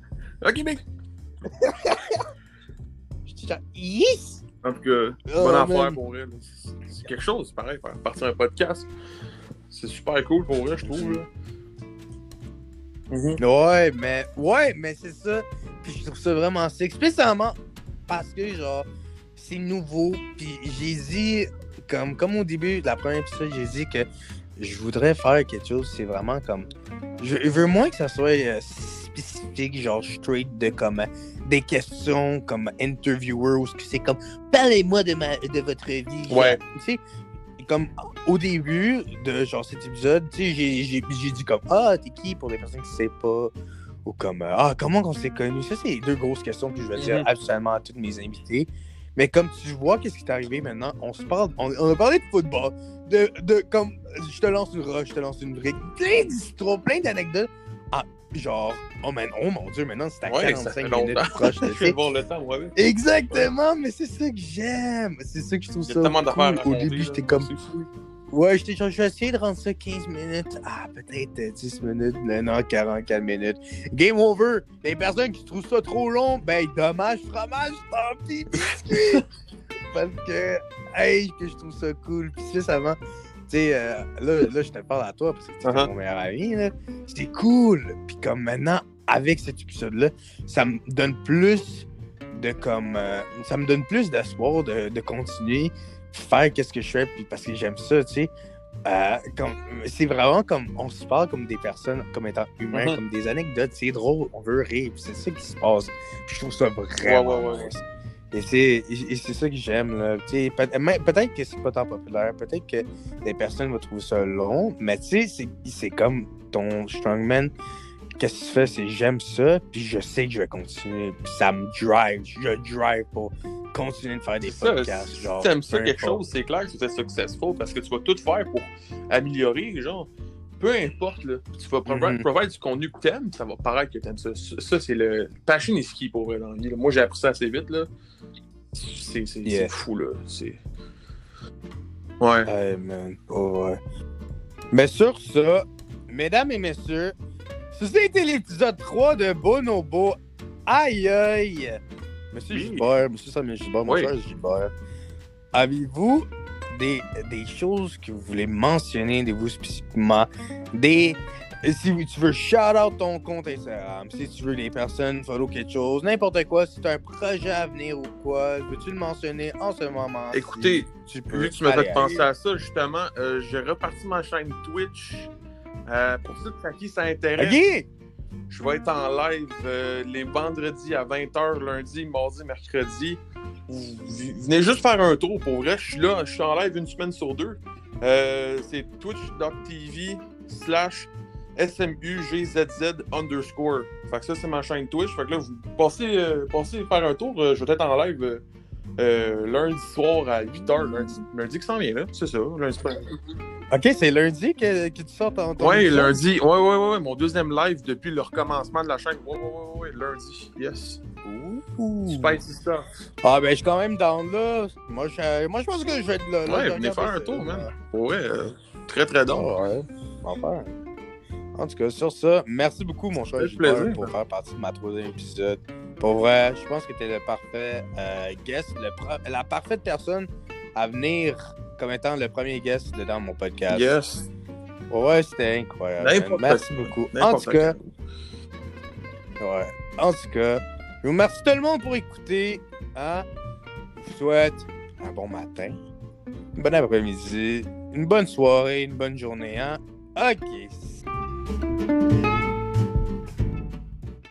[SPEAKER 2] Ok, mec.
[SPEAKER 1] J'étais genre, yes!
[SPEAKER 2] En tout cas,
[SPEAKER 1] Oh,
[SPEAKER 2] bonne
[SPEAKER 1] man.
[SPEAKER 2] affaire pour elle. C'est c'est quelque chose, c'est pareil, faire partir un podcast. C'est super cool pour elle, je trouve. Là. Mhm.
[SPEAKER 1] Ouais, mais ouais, mais c'est ça. Puis je trouve ça vraiment sick, spécialement parce que genre c'est nouveau. Puis j'ai dit comme comme au début de la première épisode, j'ai dit que je voudrais faire quelque chose. C'est vraiment comme je, je veux moins que ça soit euh, spécifique, genre straight de comme euh, des questions comme interviewer ou ce que c'est comme parlez-moi de ma de votre vie.
[SPEAKER 2] Ouais.
[SPEAKER 1] Tu sais. Comme au début de genre cet épisode, tu sais, j'ai, j'ai, j'ai dit comme ah, t'es qui pour les personnes qui ne savent pas, ou comme ah, comment on s'est connus. Ça, c'est les deux grosses questions que je vais dire
[SPEAKER 2] Mhm.
[SPEAKER 1] absolument à tous mes invités. Mais comme tu vois, qu'est-ce qui t'est arrivé maintenant? On se parle, on, on a parlé de football, de, de comme, je te lance une roche, je te lance une brique, plein d'histoires, plein d'anecdotes. Ah, genre, oh, man, oh mon Dieu, maintenant c'est à
[SPEAKER 2] Ouais,
[SPEAKER 1] quarante-cinq minutes proche de
[SPEAKER 2] je vais voir le temps, moi.
[SPEAKER 1] Exactement, mais c'est ça que j'aime. C'est ça que je trouve ça.
[SPEAKER 2] Il y a tellement d'affaires
[SPEAKER 1] cool.
[SPEAKER 2] à
[SPEAKER 1] Au début,
[SPEAKER 2] raconter,
[SPEAKER 1] j'étais
[SPEAKER 2] là.
[SPEAKER 1] comme.
[SPEAKER 2] C'est fou.
[SPEAKER 1] Ouais, j'étais genre, je vais essayer de rendre ça quinze minutes. Ah, peut-être euh, dix minutes. Non, quarante-quatre minutes. Game over. Les personnes qui trouvent ça trop long, ben, dommage, fromage, tant pis, biscuit. Parce que, hey, que je trouve ça cool. Puis, sincèrement, tu sais, euh, là, là, je te parle à toi parce que tu es
[SPEAKER 2] Uh-huh.
[SPEAKER 1] mon meilleur ami, là. C'était cool. Puis, comme maintenant, avec cet épisode-là, ça me donne plus de comme. Euh, ça me donne plus d'espoir de, de continuer, faire qu'est-ce que je fais, puis parce que j'aime ça, tu sais. Euh, comme, c'est vraiment comme. On se parle comme des personnes, comme étant humains,
[SPEAKER 2] Mm-hmm.
[SPEAKER 1] comme des anecdotes, c'est drôle, on veut rire, puis c'est ça qui se passe. Puis je trouve ça vraiment
[SPEAKER 2] Ouais, ouais, ouais,
[SPEAKER 1] nice. Et c'est, et c'est ça que j'aime, là. Tu sais, peut- mais peut-être que c'est pas tant populaire, peut-être que les personnes vont trouver ça long, mais tu sais, c'est, c'est comme ton strongman. Qu'est-ce que tu fais, c'est j'aime ça, puis je sais que je vais continuer, puis ça me drive, je drive pour continuer de faire des
[SPEAKER 2] C'est ça,
[SPEAKER 1] podcasts.
[SPEAKER 2] si
[SPEAKER 1] Genre,
[SPEAKER 2] t'aimes ça
[SPEAKER 1] peu
[SPEAKER 2] quelque
[SPEAKER 1] importe.
[SPEAKER 2] chose, c'est clair que tu es successful parce que tu vas tout faire pour améliorer, genre. Peu importe, là. Tu vas provide,
[SPEAKER 1] Mhm.
[SPEAKER 2] provide du contenu que t'aimes, ça va paraître que t'aimes ça. Ça, ça, c'est le passion is key pour vrai dans la vie, là. Moi, j'ai appris ça assez vite, là. C'est, c'est,
[SPEAKER 1] Yeah.
[SPEAKER 2] c'est fou, là. C'est... Ouais.
[SPEAKER 1] Hey, man. Oh, ouais. Mais sur ça, mesdames et messieurs, ceci a été l'épisode trois de Bonobo. Aïe aïe! Monsieur
[SPEAKER 2] Oui.
[SPEAKER 1] Gilbert, Monsieur Samuel Gilbert, mon
[SPEAKER 2] Oui.
[SPEAKER 1] cher Gilbert, avez-vous des, des choses que vous voulez mentionner de vous spécifiquement? Des. Si tu veux shout-out ton compte Instagram, si tu veux les personnes follow quelque chose, n'importe quoi, si tu as un projet à venir ou quoi, veux-tu le mentionner en ce moment?
[SPEAKER 2] Écoutez,
[SPEAKER 1] tu peux
[SPEAKER 2] Vu que tu m'as
[SPEAKER 1] aller,
[SPEAKER 2] fait penser
[SPEAKER 1] aller.
[SPEAKER 2] à ça, justement, euh, j'ai reparti ma chaîne Twitch. Euh, pour ceux à qui ça intéresse,
[SPEAKER 1] Ok!
[SPEAKER 2] je vais être en live euh, les vendredis à vingt heures, lundi, mardi, mercredi. Vous, vous venez juste faire un tour, pour vrai. Je suis là, je suis en live une semaine sur deux. Euh, c'est twitch.tv slash smugzz underscore. Fait que ça, c'est ma chaîne Twitch. Fait que là, vous passez, euh, passez faire un tour. Euh, je vais être en live euh, euh, lundi soir à huit heures. Lundi, lundi qui s'en vient, là. C'est ça, lundi soir.
[SPEAKER 1] Ok, c'est lundi que, que tu sors ton, ton
[SPEAKER 2] Ouais,
[SPEAKER 1] épisode?
[SPEAKER 2] lundi. Ouais, ouais, ouais, ouais. Mon deuxième live depuis le recommencement de la chaîne. Ouais, ouais, ouais, ouais. Lundi. Yes.
[SPEAKER 1] Ouh.
[SPEAKER 2] Spicy stuff.
[SPEAKER 1] Ah, ben, je suis quand même down là. Moi, je, moi, je pense que je vais être là. là,
[SPEAKER 2] Ouais,
[SPEAKER 1] je
[SPEAKER 2] venez
[SPEAKER 1] regarde
[SPEAKER 2] faire un
[SPEAKER 1] ça,
[SPEAKER 2] tour,
[SPEAKER 1] là.
[SPEAKER 2] man. Ouais, euh, très, très drôle.
[SPEAKER 1] Ah ouais, on va faire. En tout cas, sur ça, merci beaucoup, mon cher
[SPEAKER 2] fait
[SPEAKER 1] Gilbert,
[SPEAKER 2] plaisir.
[SPEAKER 1] pour faire partie de ma troisième épisode. Pour vrai, je pense que t'es le parfait euh, guest, le pro- la parfaite personne à venir comme étant le premier guest dedans mon podcast.
[SPEAKER 2] Yes.
[SPEAKER 1] Ouais, c'était incroyable.
[SPEAKER 2] N'importe
[SPEAKER 1] man. Merci
[SPEAKER 2] quoi.
[SPEAKER 1] beaucoup. En
[SPEAKER 2] N'importe
[SPEAKER 1] tout cas,
[SPEAKER 2] quand.
[SPEAKER 1] ouais. En tout cas, je vous remercie tout le monde pour écouter. Hein? Je vous souhaite un bon matin, une bonne après-midi, une bonne soirée, une bonne journée. Hein? Ok,